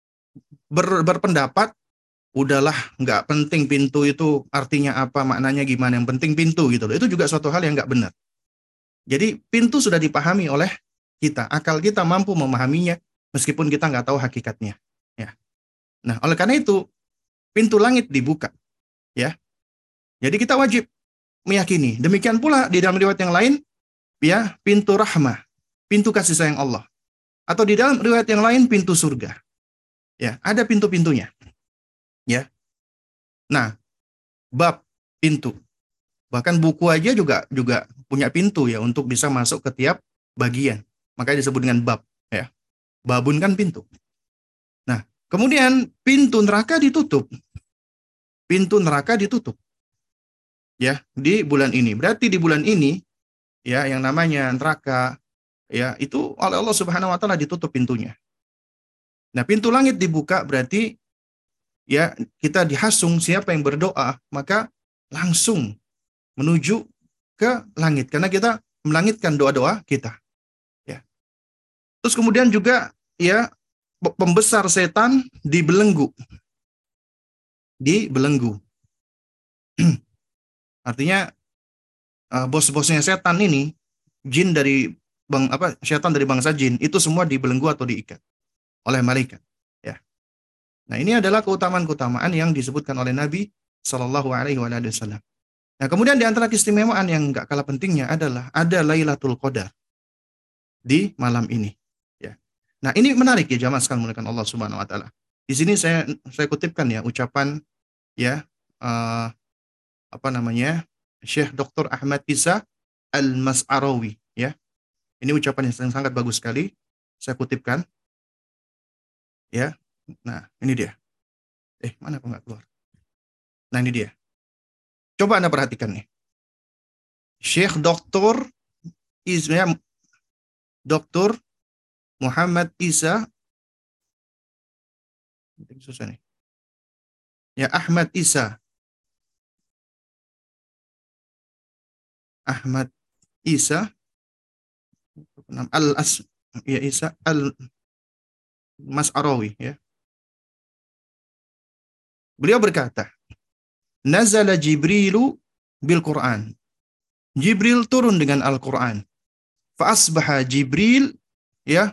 berpendapat udahlah nggak penting pintu itu artinya apa, maknanya gimana, yang penting pintu gitu loh. Itu juga suatu hal yang nggak benar. Jadi pintu sudah dipahami oleh kita, akal kita mampu memahaminya meskipun kita nggak tahu hakikatnya. Ya. Nah, oleh karena itu pintu langit dibuka. Ya. Jadi kita wajib meyakini. Demikian pula di dalam riwayat yang lain, ya pintu rahmah, pintu kasih sayang Allah. Atau di dalam riwayat yang lain pintu surga. Ya, ada pintu-pintunya. Ya. Nah, bab pintu. Bahkan buku aja juga punya pintu ya untuk bisa masuk ke tiap bagian. Makanya disebut dengan bab ya. Babun kan pintu. Nah, kemudian pintu neraka ditutup. Pintu neraka ditutup. Ya, di bulan ini. Berarti di bulan ini ya yang namanya neraka ya itu oleh Allah Subhanahu wa taala ditutup pintunya. Nah, pintu langit dibuka berarti ya kita dihasung siapa yang berdoa maka langsung menuju ke langit karena kita melangitkan doa-doa kita. Ya. Terus kemudian juga ya pembesar setan dibelenggu. Dibelenggu. Artinya bos-bosnya setan ini jin dari setan dari bangsa jin itu semua dibelenggu atau diikat oleh malaikat. Ya. Nah, ini adalah keutamaan-keutamaan yang disebutkan oleh Nabi Shallallahu alaihi wasallam. Nah, kemudian di antara keistimewaan yang enggak kalah pentingnya adalah ada Lailatul Qadar di malam ini. Ya. Nah, ini menarik ya jamaah sekalian muliakan Allah Subhanahu wa taala. Di sini saya kutipkan ya ucapan ya apa namanya? Syekh Dr. Ahmad Isa Al-Mas'arawi ya. Ini ucapan yang sangat bagus sekali. Saya kutipkan ya. Nah, ini dia. Mana kok nggak keluar? Nah, ini dia. Coba Anda perhatikan nih. Syekh Dr. Dr. Muhammad Isa susah nih. Ya, Ahmad Isa. Ahmad Isa Al-As ya Isa Al-Mas'arawi ya. Beliau berkata, Nazala Jibrilu bil Quran. Jibril turun dengan Al-Quran. Fa asbaha Jibril ya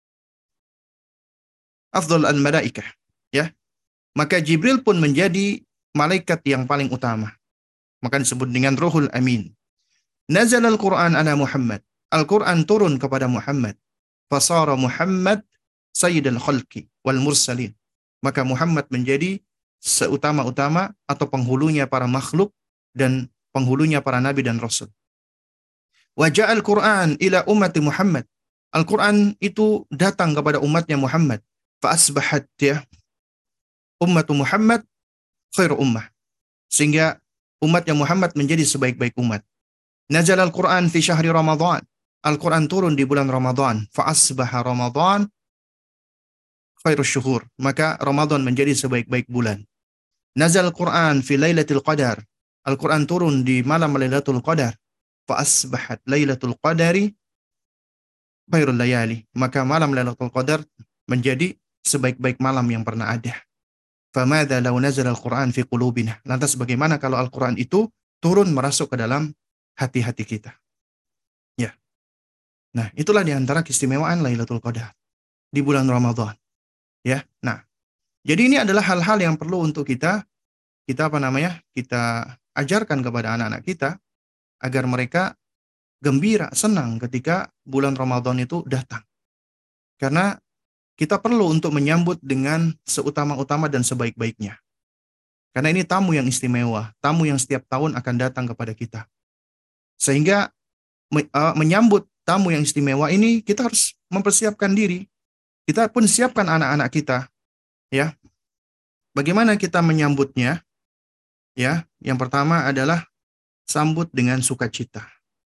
afdal al-malaikah ya. Maka Jibril pun menjadi malaikat yang paling utama. Maka disebut dengan Ruhul Amin. Nazala al-Quran ala Muhammad. Al-Quran turun kepada Muhammad. Fasara Muhammad sayyidul khalqi wal mursalin. Maka Muhammad menjadi seutama-utama atau penghulunya para makhluk dan penghulunya para nabi dan rasul. Wa ja'al Quran ila ummati Muhammad. Al-Quran itu datang kepada umatnya Muhammad. Fa asbahat ya ummatu Muhammad khairu ummah. Sehingga umatnya Muhammad menjadi sebaik-baik umat. Nazal al-Quran fi syahri Ramadan. Al-Quran turun di bulan Ramadan. Fa asbaha Ramadan khairus syuhur. Maka Ramadan menjadi sebaik-baik bulan. Nazal al-Quran fi lailatul qadar. Al-Quran turun di malam Lailatul Qadar. Fa asbahat lailatul qadari khairul layali. Maka malam Lailatul Qadar menjadi sebaik-baik malam yang pernah ada. Famadza law nazala al-Quran fi qulubina. Lantas bagaimana kalau Al-Quran itu turun merasuk ke dalam hati-hati kita? Ya. Nah, itulah di antara keistimewaan Lailatul Qadar di bulan Ramadan. Ya. Nah, jadi ini adalah hal-hal yang perlu untuk kita kita ajarkan kepada anak-anak kita agar mereka gembira, senang ketika bulan Ramadan itu datang. Karena kita perlu untuk menyambut dengan seutama-utama dan sebaik-baiknya. Karena ini tamu yang istimewa, tamu yang setiap tahun akan datang kepada kita. Sehingga menyambut tamu yang istimewa ini kita harus mempersiapkan diri. Kita pun siapkan anak-anak kita, ya. Bagaimana kita menyambutnya? Ya, yang pertama adalah sambut dengan sukacita.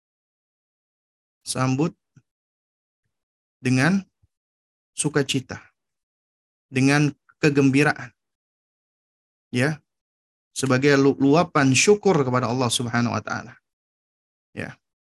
Sambut dengan sukacita, dengan kegembiraan, ya, sebagai luapan syukur kepada Allah Subhanahu wa taala. Ya.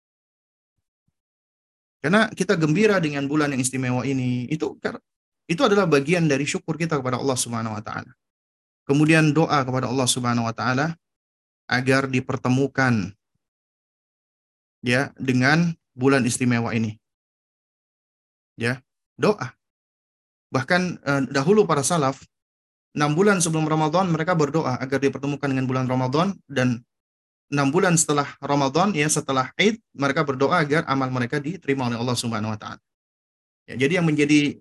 Karena kita gembira dengan bulan yang istimewa ini, itu adalah bagian dari syukur kita kepada Allah Subhanahu wa taala. Kemudian doa kepada Allah Subhanahu wa taala agar dipertemukan, ya, dengan bulan istimewa ini. Ya, doa. Bahkan dahulu para salaf 6 bulan sebelum Ramadan mereka berdoa agar dipertemukan dengan bulan Ramadan, dan 6 bulan setelah Ramadan, ya, setelah Id, mereka berdoa agar amal mereka diterima oleh Allah Subhanahu wa taala. Ya, jadi yang menjadi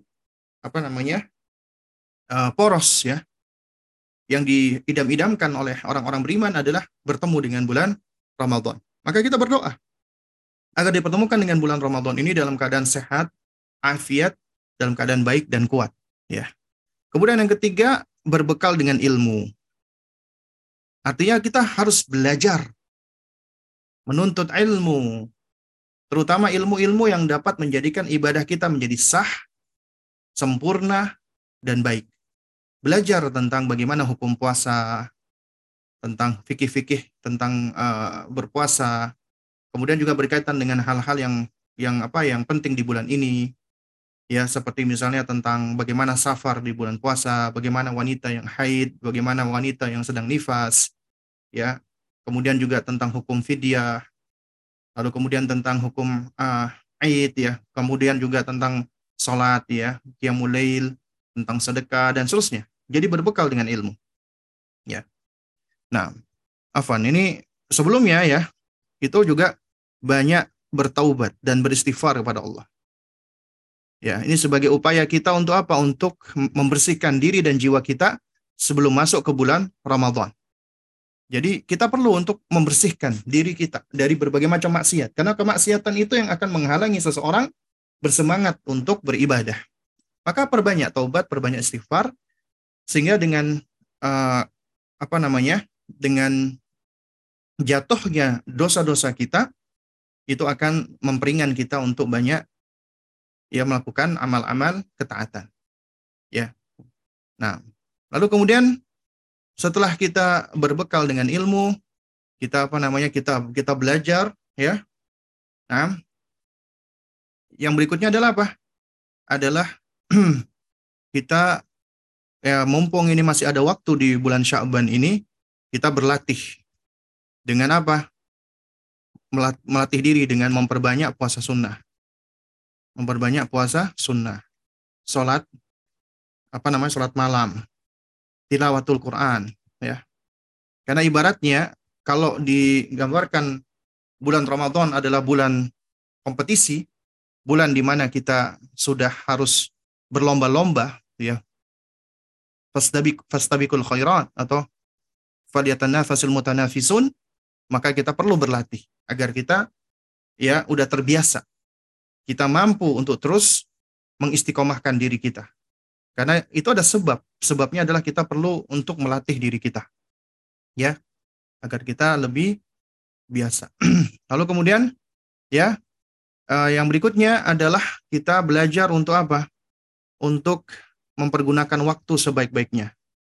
poros, ya, yang diidam-idamkan oleh orang-orang beriman adalah bertemu dengan bulan Ramadan. Maka kita berdoa agar dipertemukan dengan bulan Ramadan ini dalam keadaan sehat, afiat, dalam keadaan baik dan kuat, ya. Kemudian yang ketiga, berbekal dengan ilmu. Artinya kita harus belajar, menuntut ilmu, terutama ilmu-ilmu yang dapat menjadikan ibadah kita menjadi sah, sempurna, dan baik. Belajar tentang bagaimana hukum puasa, tentang fikih-fikih tentang berpuasa, kemudian juga berkaitan dengan hal-hal yang penting di bulan ini, ya, seperti misalnya tentang bagaimana safar di bulan puasa, bagaimana wanita yang haid, bagaimana wanita yang sedang nifas, ya, kemudian juga tentang hukum fidyah, lalu kemudian tentang hukum Aid, ya, kemudian juga tentang salat, ya, qiyamul lail, tentang sedekah dan seterusnya. Jadi berbekal dengan ilmu, ya. Nah, Afwan, ini sebelumnya, ya, itu juga banyak bertaubat dan beristighfar kepada Allah. Ya, ini sebagai upaya kita untuk apa? Untuk membersihkan diri dan jiwa kita sebelum masuk ke bulan Ramadan. Jadi kita perlu untuk membersihkan diri kita dari berbagai macam maksiat. Karena kemaksiatan itu yang akan menghalangi seseorang bersemangat untuk beribadah. Maka perbanyak taubat, perbanyak istighfar, sehingga dengan dengan jatuhnya dosa-dosa kita, itu akan memperingan kita untuk banyak, ya, melakukan amal-amal ketaatan. Ya. Nah, lalu kemudian setelah kita berbekal dengan ilmu, kita kita belajar, ya. Nah, yang berikutnya adalah apa? Adalah kita, ya, mumpung ini masih ada waktu di bulan Sya'ban ini, kita berlatih dengan apa? Melatih diri dengan memperbanyak puasa sunnah. Memperbanyak puasa sunnah. Salat malam. Tilawatul Quran, ya. Karena ibaratnya kalau digambarkan bulan Ramadan adalah bulan kompetisi, bulan di mana kita sudah harus berlomba-lomba, ya. Fastabiqul khairat atau falyatanafasul mutanafisun, maka kita perlu berlatih agar kita, ya, udah terbiasa. Kita mampu untuk terus mengistiqomahkan diri kita. Karena itu ada sebabnya adalah kita perlu untuk melatih diri kita. ya, agar kita lebih biasa. Lalu kemudian ya, yang berikutnya adalah kita belajar untuk apa? Untuk mempergunakan waktu sebaik-baiknya.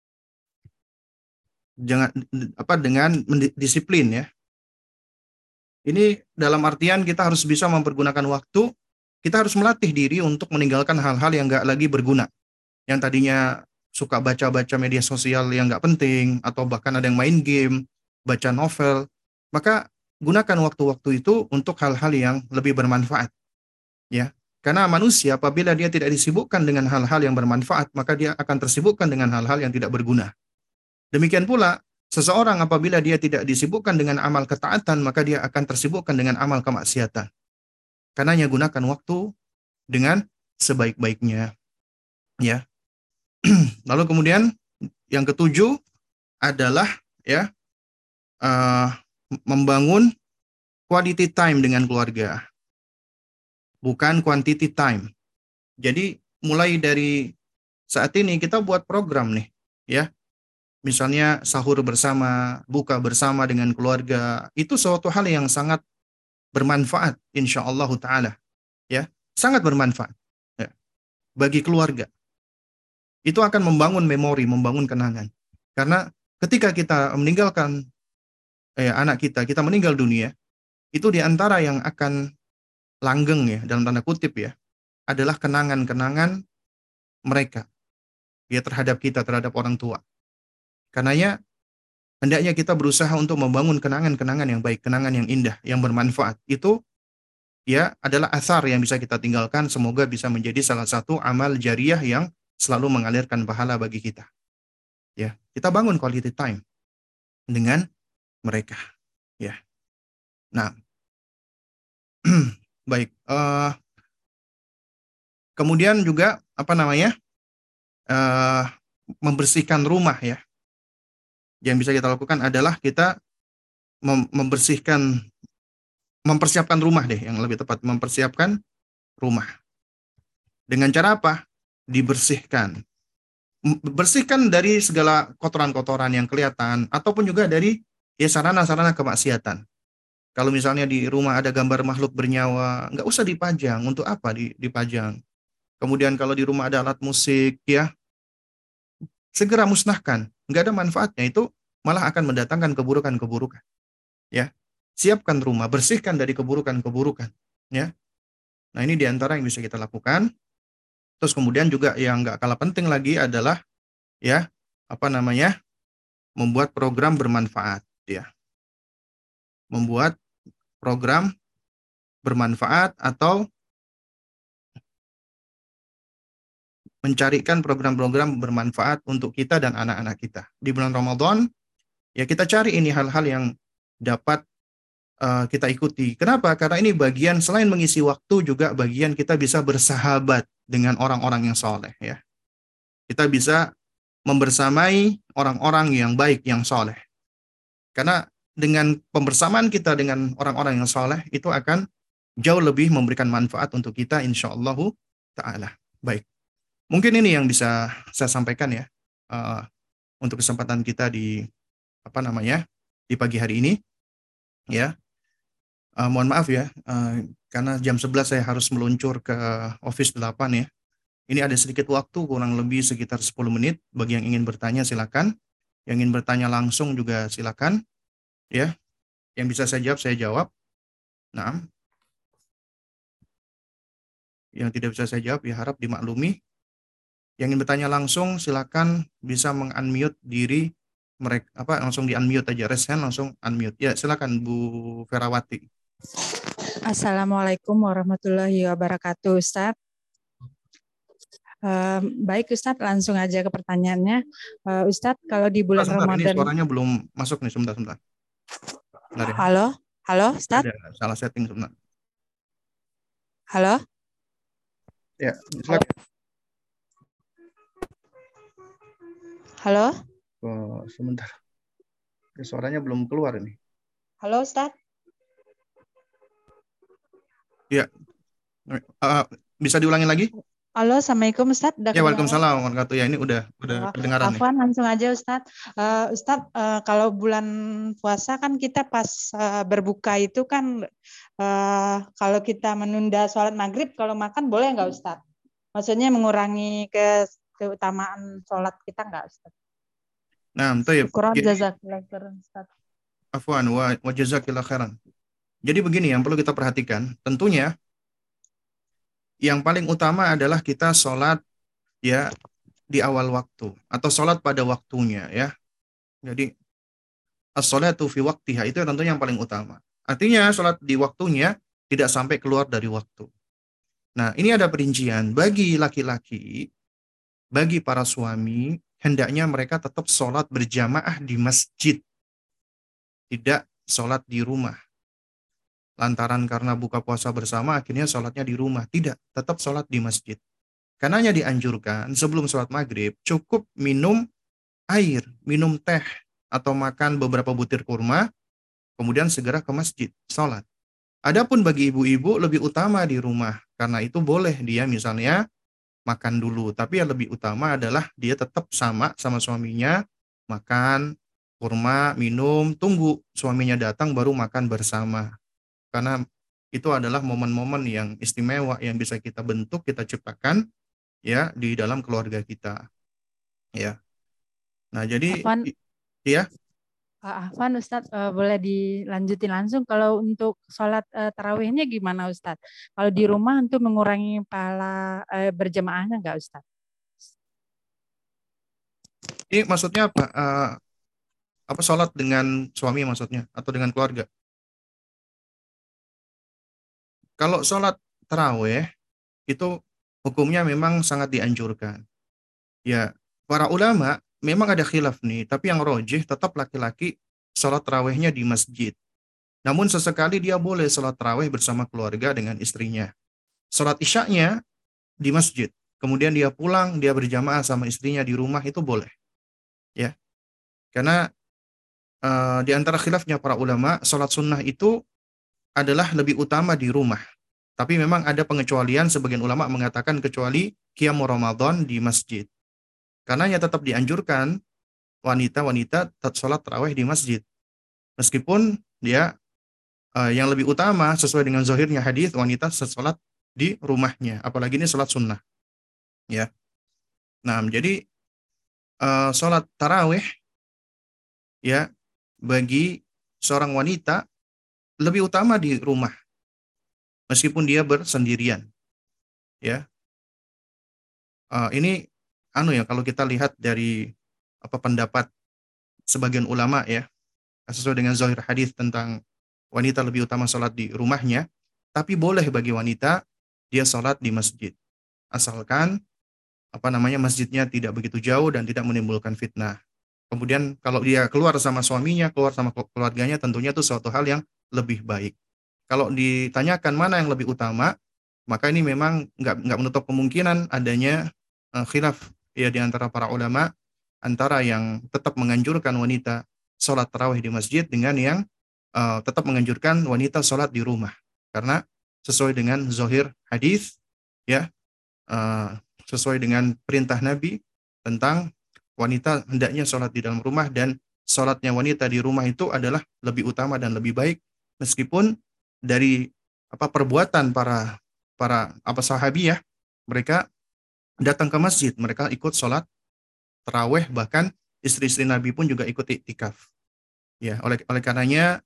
Jangan apa dengan disiplin ya. Ini dalam artian kita harus bisa mempergunakan waktu, kita harus melatih diri untuk meninggalkan hal-hal yang nggak lagi berguna. Yang tadinya suka baca-baca media sosial yang nggak penting, atau bahkan ada yang main game, baca novel, maka gunakan waktu-waktu itu untuk hal-hal yang lebih bermanfaat. Ya, karena manusia apabila dia tidak disibukkan dengan hal-hal yang bermanfaat, maka dia akan tersibukkan dengan hal-hal yang tidak berguna. Demikian pula, seseorang apabila dia tidak disibukkan dengan amal ketaatan, maka dia akan tersibukkan dengan amal kemaksiatan. Karenanya gunakan waktu dengan sebaik-baiknya. Ya. Lalu kemudian yang ketujuh adalah ya uh, membangun quality time dengan keluarga, bukan quantity time. Jadi mulai dari saat ini kita buat program nih, ya. Misalnya sahur bersama, buka bersama dengan keluarga, itu suatu hal yang sangat bermanfaat, insya Allah Ta'ala. Ya, sangat bermanfaat ya, bagi keluarga. Itu akan membangun memori, membangun kenangan. Karena ketika kita meninggalkan anak kita, kita meninggal dunia, itu di antara yang akan langgeng ya, dalam tanda kutip ya, adalah kenangan-kenangan mereka ya terhadap kita, terhadap orang tua. Karenanya hendaknya kita berusaha untuk membangun kenangan-kenangan yang baik, kenangan yang indah, yang bermanfaat. Itu ya adalah asar yang bisa kita tinggalkan. Semoga bisa menjadi salah satu amal jariah yang selalu mengalirkan pahala bagi kita. Ya, kita bangun quality time dengan mereka. Ya, nah, baik. Kemudian juga apa namanya? Uh, Membersihkan rumah ya. Yang bisa kita lakukan adalah kita membersihkan, mempersiapkan rumah deh, yang lebih tepat, mempersiapkan rumah. Dengan cara apa? Dibersihkan. Bersihkan dari segala kotoran-kotoran yang kelihatan, ataupun juga dari ya sarana-sarana kemaksiatan. Kalau misalnya di rumah ada gambar makhluk bernyawa, nggak usah dipajang. Untuk apa dipajang? Kemudian kalau di rumah ada alat musik, ya segera musnahkan. Nggak ada manfaatnya. Itu malah akan mendatangkan keburukan-keburukan. Ya, siapkan rumah, bersihkan dari keburukan-keburukan. Ya, nah ini diantara yang bisa kita lakukan. Terus kemudian juga yang nggak kalah penting lagi adalah ya apa namanya, membuat program bermanfaat. Ya, membuat program bermanfaat atau mencarikan program-program bermanfaat untuk kita dan anak-anak kita. Di bulan Ramadan, ya kita cari ini hal-hal yang dapat kita ikuti. Kenapa? Karena ini bagian selain mengisi waktu juga bagian kita bisa bersahabat dengan orang-orang yang soleh. Ya, kita bisa membersamai orang-orang yang baik, yang soleh. Karena dengan pembersamaan kita dengan orang-orang yang soleh itu akan jauh lebih memberikan manfaat untuk kita, insya Allah Ta'ala. Baik. Mungkin ini yang bisa saya sampaikan ya uh, untuk kesempatan kita di apa namanya di pagi hari ini ya. Mohon maaf ya karena jam 11 saya harus meluncur ke Office 8 ya. Ini ada sedikit waktu kurang lebih sekitar 10 menit bagi yang ingin bertanya silakan. Yang ingin bertanya langsung juga silakan ya. Yang bisa saya jawab. Nah, yang tidak bisa saya jawab ya harap dimaklumi. Yang ingin bertanya langsung silakan bisa meng-unmute diri mereka apa langsung di-unmute aja raise hand langsung unmute. Ya, silakan Bu Ferawati. Assalamualaikum warahmatullahi wabarakatuh, Ustaz. Baik Ustadz, langsung aja ke pertanyaannya. Ustadz, kalau di bulan Ramadan ini Ramadan. suaranya belum masuk nih, sebentar. Ya. Halo Ustadz. Ada salah setting sebentar. Halo. Ya, silakan. Halo. Sebentar. Suaranya belum keluar ini. Halo Ustadz. Ya, bisa diulangi lagi? Halo, Assalamualaikum Ustadz, udah Ya, kedengaran? Waalaikumsalam warahmatullahi wabarakatuh. Ya, ini udah Oh, kedengaran nih. Afwan, langsung aja Ustadz. Ustadz, kalau bulan puasa kan kita pas berbuka itu kan kalau kita menunda sholat maghrib, kalau makan boleh nggak Ustadz? Maksudnya mengurangi keutamaan sholat kita nggak Ustadz? Nah, thayyib. Syukuran Jadi jazakallah khairan Ustadz. afwan wa jazakillah khairan. Jadi begini yang perlu kita perhatikan, tentunya yang paling utama adalah kita sholat ya di awal waktu atau sholat pada waktunya ya. Jadi as-sholatu fi waktiha itu tentunya yang paling utama. Artinya sholat di waktunya tidak sampai keluar dari waktu. Nah, ini ada perincian bagi laki-laki, bagi para suami hendaknya mereka tetap sholat berjamaah di masjid, tidak sholat di rumah. Lantaran karena buka puasa bersama akhirnya sholatnya di rumah. Tidak, tetap sholat di masjid. Karenanya dianjurkan sebelum sholat maghrib cukup minum air, minum teh, atau makan beberapa butir kurma, kemudian segera ke masjid, sholat. Adapun bagi ibu-ibu lebih utama di rumah, karena itu boleh dia misalnya makan dulu. Tapi yang lebih utama adalah dia tetap sama suaminya, makan kurma, minum, tunggu suaminya datang baru makan bersama. Karena itu adalah momen-momen yang istimewa yang bisa kita bentuk, kita ciptakan ya di dalam keluarga kita ya. Nah, jadi Afwan, ya, Afwan Ustadz, boleh dilanjutin langsung. Kalau untuk sholat tarawihnya gimana Ustadz? Kalau di rumah untuk mengurangi pahala berjamaahnya nggak Ustadz? ini maksudnya apa? Apa sholat dengan suami maksudnya atau dengan keluarga? Kalau sholat taraweh itu hukumnya memang sangat dianjurkan. Ya, para ulama memang ada khilaf nih, tapi yang rojih tetap laki-laki sholat tarawehnya di masjid. Namun sesekali dia boleh sholat taraweh bersama keluarga dengan istrinya. Sholat isyaknya di masjid. Kemudian dia pulang, dia berjamaah sama istrinya di rumah itu boleh. Ya, karena di antara khilafnya para ulama, sholat sunnah itu adalah lebih utama di rumah. Tapi memang ada pengecualian, sebagian ulama mengatakan kecuali qiyam Ramadan di masjid. Karena ya tetap dianjurkan wanita-wanita tetap sholat taraweh di masjid. Meskipun dia yang lebih utama sesuai dengan zahirnya hadis wanita sholat di rumahnya. Apalagi ini sholat sunnah. Ya. Nah, jadi sholat taraweh ya bagi seorang wanita lebih utama di rumah. Meskipun dia bersendirian. Ya. Ini anu ya kalau kita lihat dari apa pendapat sebagian ulama ya sesuai dengan zahir hadis tentang wanita lebih utama sholat di rumahnya, tapi boleh bagi wanita dia sholat di masjid. Asalkan apa namanya masjidnya tidak begitu jauh dan tidak menimbulkan fitnah. Kemudian kalau dia keluar sama suaminya, keluar sama keluarganya, tentunya itu suatu hal yang lebih baik. Kalau ditanyakan mana yang lebih utama, maka ini memang nggak menutup kemungkinan adanya khilaf ya di antara para ulama antara yang tetap menganjurkan wanita sholat tarawih di masjid dengan yang tetap menganjurkan wanita sholat di rumah. Karena sesuai dengan zohir hadis, ya, eh, sesuai dengan perintah Nabi tentang wanita hendaknya sholat di dalam rumah dan sholatnya wanita di rumah itu adalah lebih utama dan lebih baik meskipun dari apa perbuatan para para apa sahabiyah mereka datang ke masjid, mereka ikut sholat taraweh bahkan istri-istri Nabi pun juga ikut iktikaf. Ya, oleh karenanya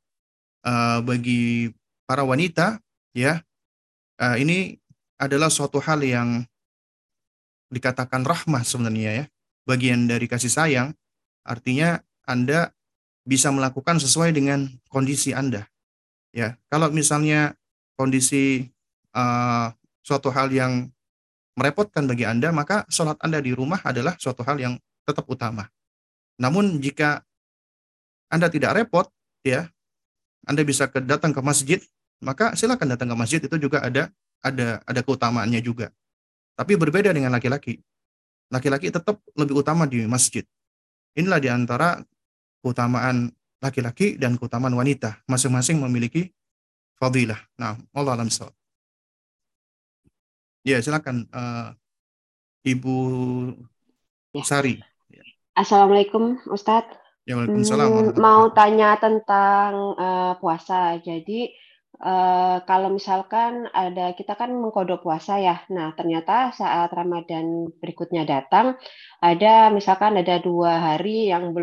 bagi para wanita ya ini adalah suatu hal yang dikatakan rahmah sebenarnya ya, bagian dari kasih sayang, artinya Anda bisa melakukan sesuai dengan kondisi Anda ya. Kalau misalnya kondisi uh, suatu hal yang merepotkan bagi Anda, maka sholat Anda di rumah adalah suatu hal yang tetap utama. Namun jika Anda tidak repot ya, Anda bisa datang ke masjid, maka silakan datang ke masjid, itu juga ada keutamaannya juga. Tapi berbeda dengan laki-laki. Laki-laki tetap lebih utama di masjid. Inilah di antara keutamaan laki-laki dan keutamaan wanita. Masing-masing memiliki fadilah. Nah, Allah alam shawab. Ya, silakan. Ibu Ya. Sari. Assalamualaikum Ustadz. Ya, Waalaikumsalam warahmatullahi Mau wabarakatuh. tanya tentang puasa. Jadi kalau misalkan kita kan mengkodok puasa ya. Nah ternyata saat Ramadan berikutnya datang, misalkan ada 2 hari yang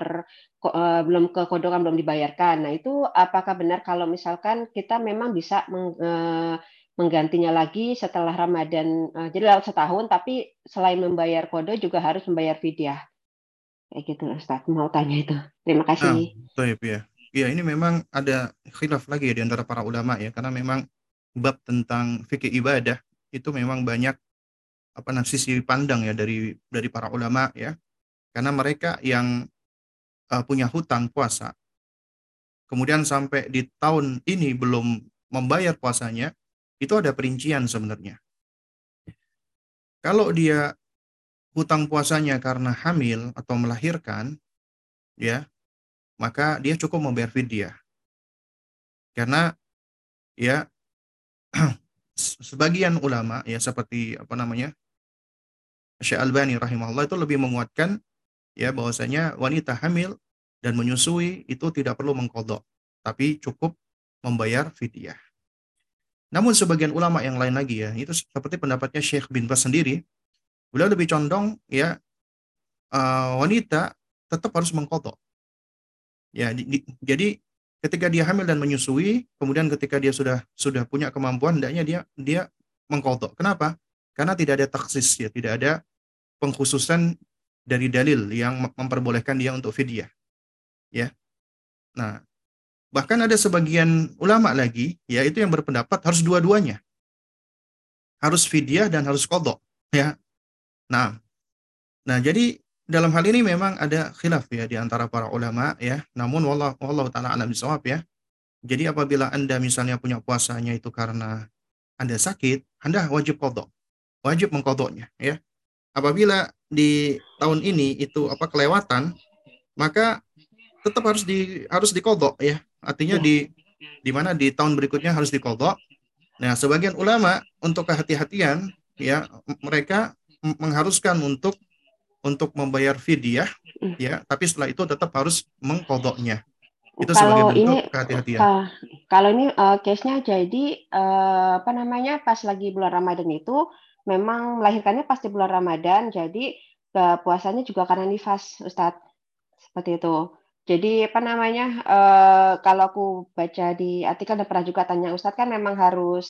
belum kekodokan, belum dibayarkan. Nah itu apakah benar kalau misalkan kita memang bisa menggantinya lagi setelah Ramadan? Jadi lewat setahun, tapi selain membayar kodo juga harus membayar fidyah. Kayak gitu Ustaz, mau tanya itu. Terima Nah, kasih. baik ya. Ya, ini memang ada khilaf lagi ya di antara para ulama ya, karena memang bab tentang fikih ibadah itu memang banyak sisi pandang ya dari para ulama ya. Karena mereka yang punya hutang puasa, kemudian sampai di tahun ini belum membayar puasanya, itu ada perincian sebenarnya. Kalau dia hutang puasanya karena hamil atau melahirkan, ya, maka dia cukup membayar fidyah. Karena ya sebagian ulama ya seperti Syekh Albani rahimahullah itu lebih menguatkan ya bahwasanya wanita hamil dan menyusui itu tidak perlu mengkodok, tapi cukup membayar fidyah. Namun sebagian ulama yang lain lagi ya, itu seperti pendapatnya Syekh bin Baz sendiri, beliau lebih condong ya wanita tetap harus mengkodok. Ya, jadi ketika dia hamil dan menyusui, kemudian ketika dia sudah punya kemampuan, hendaknya dia mengkodok. Kenapa? Karena tidak ada taksis ya, tidak ada pengkhususan dari dalil yang memperbolehkan dia untuk fidyah. Ya, nah bahkan ada sebagian ulama lagi, yaitu yang berpendapat harus dua-duanya, harus fidyah dan harus kodok. Ya, nah, nah jadi dalam hal ini memang ada khilaf ya di antara para ulama ya. Namun wallahu taala alam bisawab ya. Jadi apabila Anda misalnya punya puasanya itu karena Anda sakit, Anda wajib kodok, wajib mengkodoknya ya. Apabila di tahun ini itu kelewatan, maka tetap harus dikodok ya. Artinya Ya. di mana di tahun berikutnya harus dikodok. Nah, sebagian ulama untuk kehati-hatian ya mereka mengharuskan untuk membayar fidyah ya, tapi setelah itu tetap harus mengkodoknya. Itu sebagai Kalau bentuk ini kehati-hatian. kalau ini case-nya jadi apa namanya pas lagi bulan Ramadan itu memang melahirkannya pasti bulan Ramadan, jadi puasanya juga karena nifas, Ustadz. Seperti itu. Jadi apa namanya kalau aku baca di artikel dan pernah juga tanya Ustadz kan memang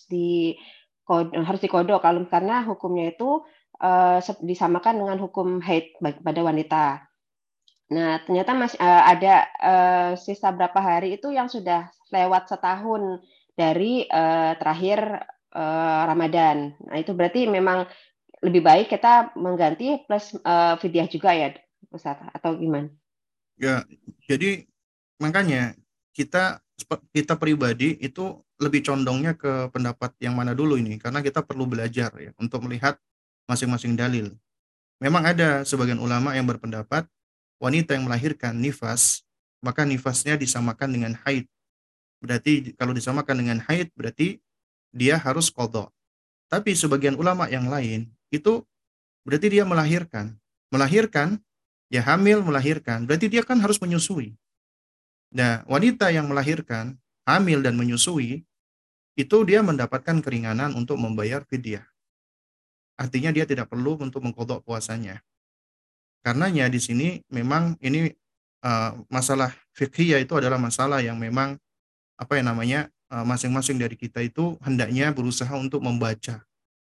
harus dikodok kalau karena hukumnya itu disamakan dengan hukum haid pada wanita. Nah, ternyata masih ada sisa berapa hari itu yang sudah lewat setahun dari terakhir Ramadan. Nah, itu berarti memang lebih baik kita mengganti plus fidyah juga ya, Ustaz, atau gimana? Ya, jadi makanya kita kita pribadi itu lebih condongnya ke pendapat yang mana dulu ini karena kita perlu belajar ya untuk melihat masing-masing dalil. Memang ada sebagian ulama yang berpendapat wanita yang melahirkan nifas, maka nifasnya disamakan dengan haid. Berarti kalau disamakan dengan haid berarti dia harus qadha. Tapi sebagian ulama yang lain itu berarti dia melahirkan. Melahirkan ya hamil melahirkan, berarti dia kan harus menyusui. Nah, wanita yang melahirkan, hamil dan menyusui, itu dia mendapatkan keringanan untuk membayar fidyah. Artinya dia tidak perlu untuk mengkodok puasanya. Karenanya di sini memang ini masalah fikih itu adalah masalah yang memang masing-masing dari kita itu hendaknya berusaha untuk membaca.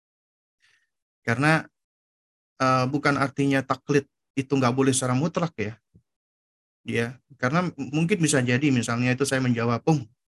Karena bukan artinya taklid itu nggak boleh secara mutlak ya. Ya, karena mungkin bisa jadi misalnya itu saya menjawab,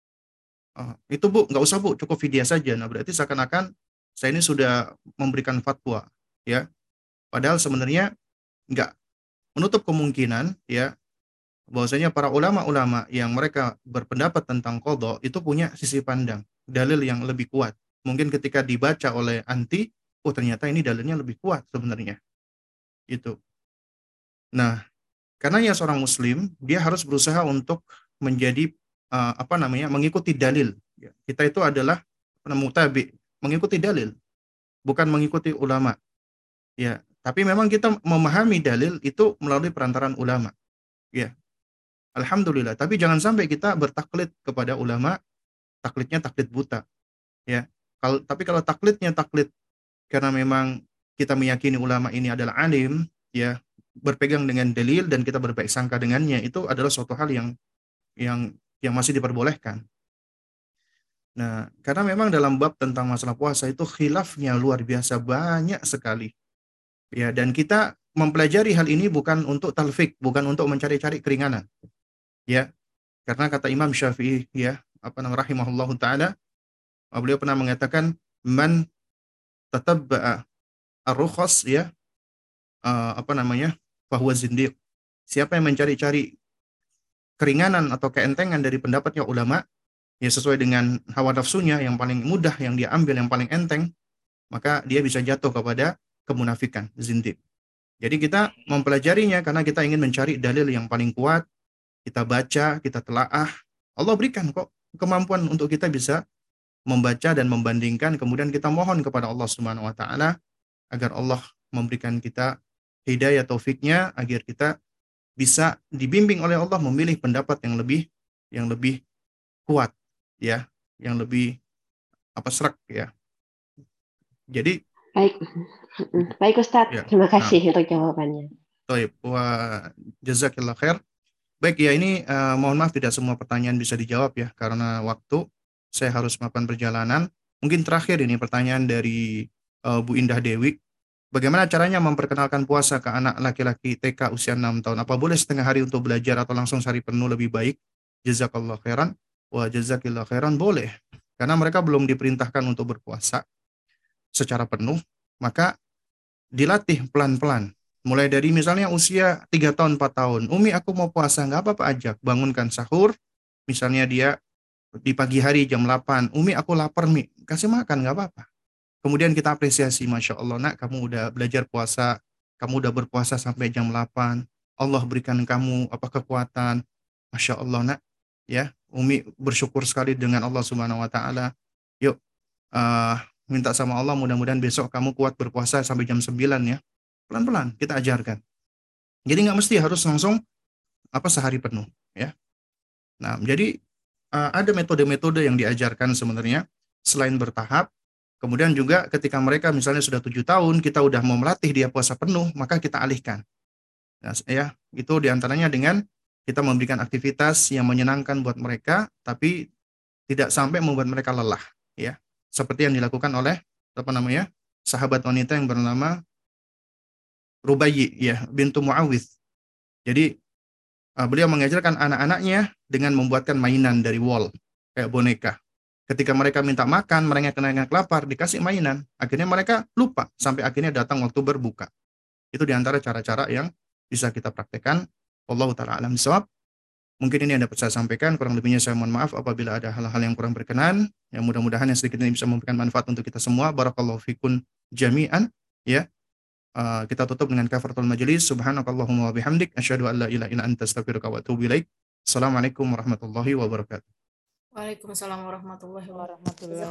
itu Bu, nggak usah Bu, cukup fidyah saja. Nah, berarti seakan-akan saya ini sudah memberikan fatwa, ya. Padahal sebenarnya nggak menutup kemungkinan, ya, bahwasanya para ulama-ulama yang mereka berpendapat tentang qadha itu punya sisi pandang, dalil yang lebih kuat. Mungkin ketika dibaca oleh anti, oh ternyata ini dalilnya lebih kuat sebenarnya. Itu. Nah, karenanya seorang muslim dia harus berusaha untuk menjadi mengikuti dalil. Ya, kita itu adalah mutabi, mengikuti dalil, bukan mengikuti ulama. Ya, tapi memang kita memahami dalil itu melalui perantaraan ulama. Ya, alhamdulillah. Tapi jangan sampai kita bertaklid kepada ulama, taklidnya taklid buta. Ya, kalau taklidnya taklid karena memang kita meyakini ulama ini adalah alim, ya, berpegang dengan dalil dan kita berbaik sangka dengannya, itu adalah suatu hal yang masih diperbolehkan. Nah, karena memang dalam bab tentang masalah puasa itu khilafnya luar biasa banyak sekali. Ya, dan kita mempelajari hal ini bukan untuk talfik, bukan untuk mencari-cari keringanan. Ya, karena kata Imam Syafi'i, ya, rahimahullahu taala, beliau pernah mengatakan man tatabba'a ar-rukhas, ya, fahuwa zindiq. Siapa yang mencari-cari keringanan atau keentengan dari pendapatnya ulama, ya sesuai dengan hawa nafsunya yang paling mudah yang dia ambil, yang paling enteng, maka dia bisa jatuh kepada kemunafikan, zindiq. Jadi kita mempelajarinya karena kita ingin mencari dalil yang paling kuat, kita baca, kita telaah. Allah berikan kok kemampuan untuk kita bisa membaca dan membandingkan, kemudian kita mohon kepada Allah Subhanahu wa taala agar Allah memberikan kita hidayah taufiknya agar kita bisa dibimbing oleh Allah memilih pendapat yang lebih kuat, ya, yang lebih serak, ya. Jadi Baik, baik Ustadz, ya. terima Nah, kasih untuk jawabannya. Taib wa jazakillah khair. Baik, ya, ini mohon maaf tidak semua pertanyaan bisa dijawab ya karena waktu saya harus melakukan perjalanan. Mungkin terakhir ini pertanyaan dari Bu Indah Dewi. Bagaimana caranya memperkenalkan puasa ke anak laki-laki TK usia 6 tahun? Apa boleh setengah hari untuk belajar atau langsung sehari penuh lebih baik? Jazakallah khairan wa jazakillah khairan. Boleh. Karena mereka belum diperintahkan untuk berpuasa secara penuh, maka dilatih pelan-pelan. Mulai dari misalnya usia 3 tahun, 4 tahun. Umi, aku mau puasa, nggak apa-apa, ajak. Bangunkan sahur, misalnya dia di pagi hari jam 8. Umi, aku lapar, Mi. Kasih makan, nggak apa-apa. Kemudian kita apresiasi, Masya Allah, nak, kamu udah belajar puasa, kamu udah berpuasa sampai jam 8. Allah berikan kamu kekuatan. Masya Allah, nak. Ya, Umi bersyukur sekali dengan Allah Subhanahu wa taala. Yuk, eh, minta sama Allah mudah-mudahan besok kamu kuat berpuasa sampai jam 9 ya. Pelan-pelan kita ajarkan. Jadi nggak mesti harus langsung sehari penuh, ya. Nah, jadi ada metode-metode yang diajarkan sebenarnya selain bertahap. Kemudian juga ketika mereka misalnya sudah 7 tahun, kita udah mau melatih dia puasa penuh, maka kita alihkan. Nah, ya, itu diantaranya dengan kita memberikan aktivitas yang menyenangkan buat mereka, tapi tidak sampai membuat mereka lelah, ya. Seperti yang dilakukan oleh sahabat wanita yang bernama Rubayyi, ya, bintu Muawidh. Jadi beliau mengajarkan anak-anaknya dengan membuatkan mainan dari wall kayak boneka. Ketika mereka minta makan, mereka kena lapar, dikasih mainan. Akhirnya mereka lupa sampai akhirnya datang waktu berbuka. Itu diantara cara-cara yang bisa kita praktekkan. Wallahu ta'ala alam bisawab. Mungkin ini yang dapat saya sampaikan. Kurang lebihnya saya mohon maaf apabila ada hal-hal yang kurang berkenan. Ya, mudah-mudahan yang sedikit ini bisa memberikan manfaat untuk kita semua. Barakallahu fikun jami'an. Ya, kita tutup dengan kafaratul majelis. Subhanakallahumma wa bihamdik asyhadu an la ilaha illa anta astaghfiruka wa atubu ilaik. Assalamualaikum warahmatullahi wabarakatuh. Waalaikumsalam warahmatullahi wabarakatuh.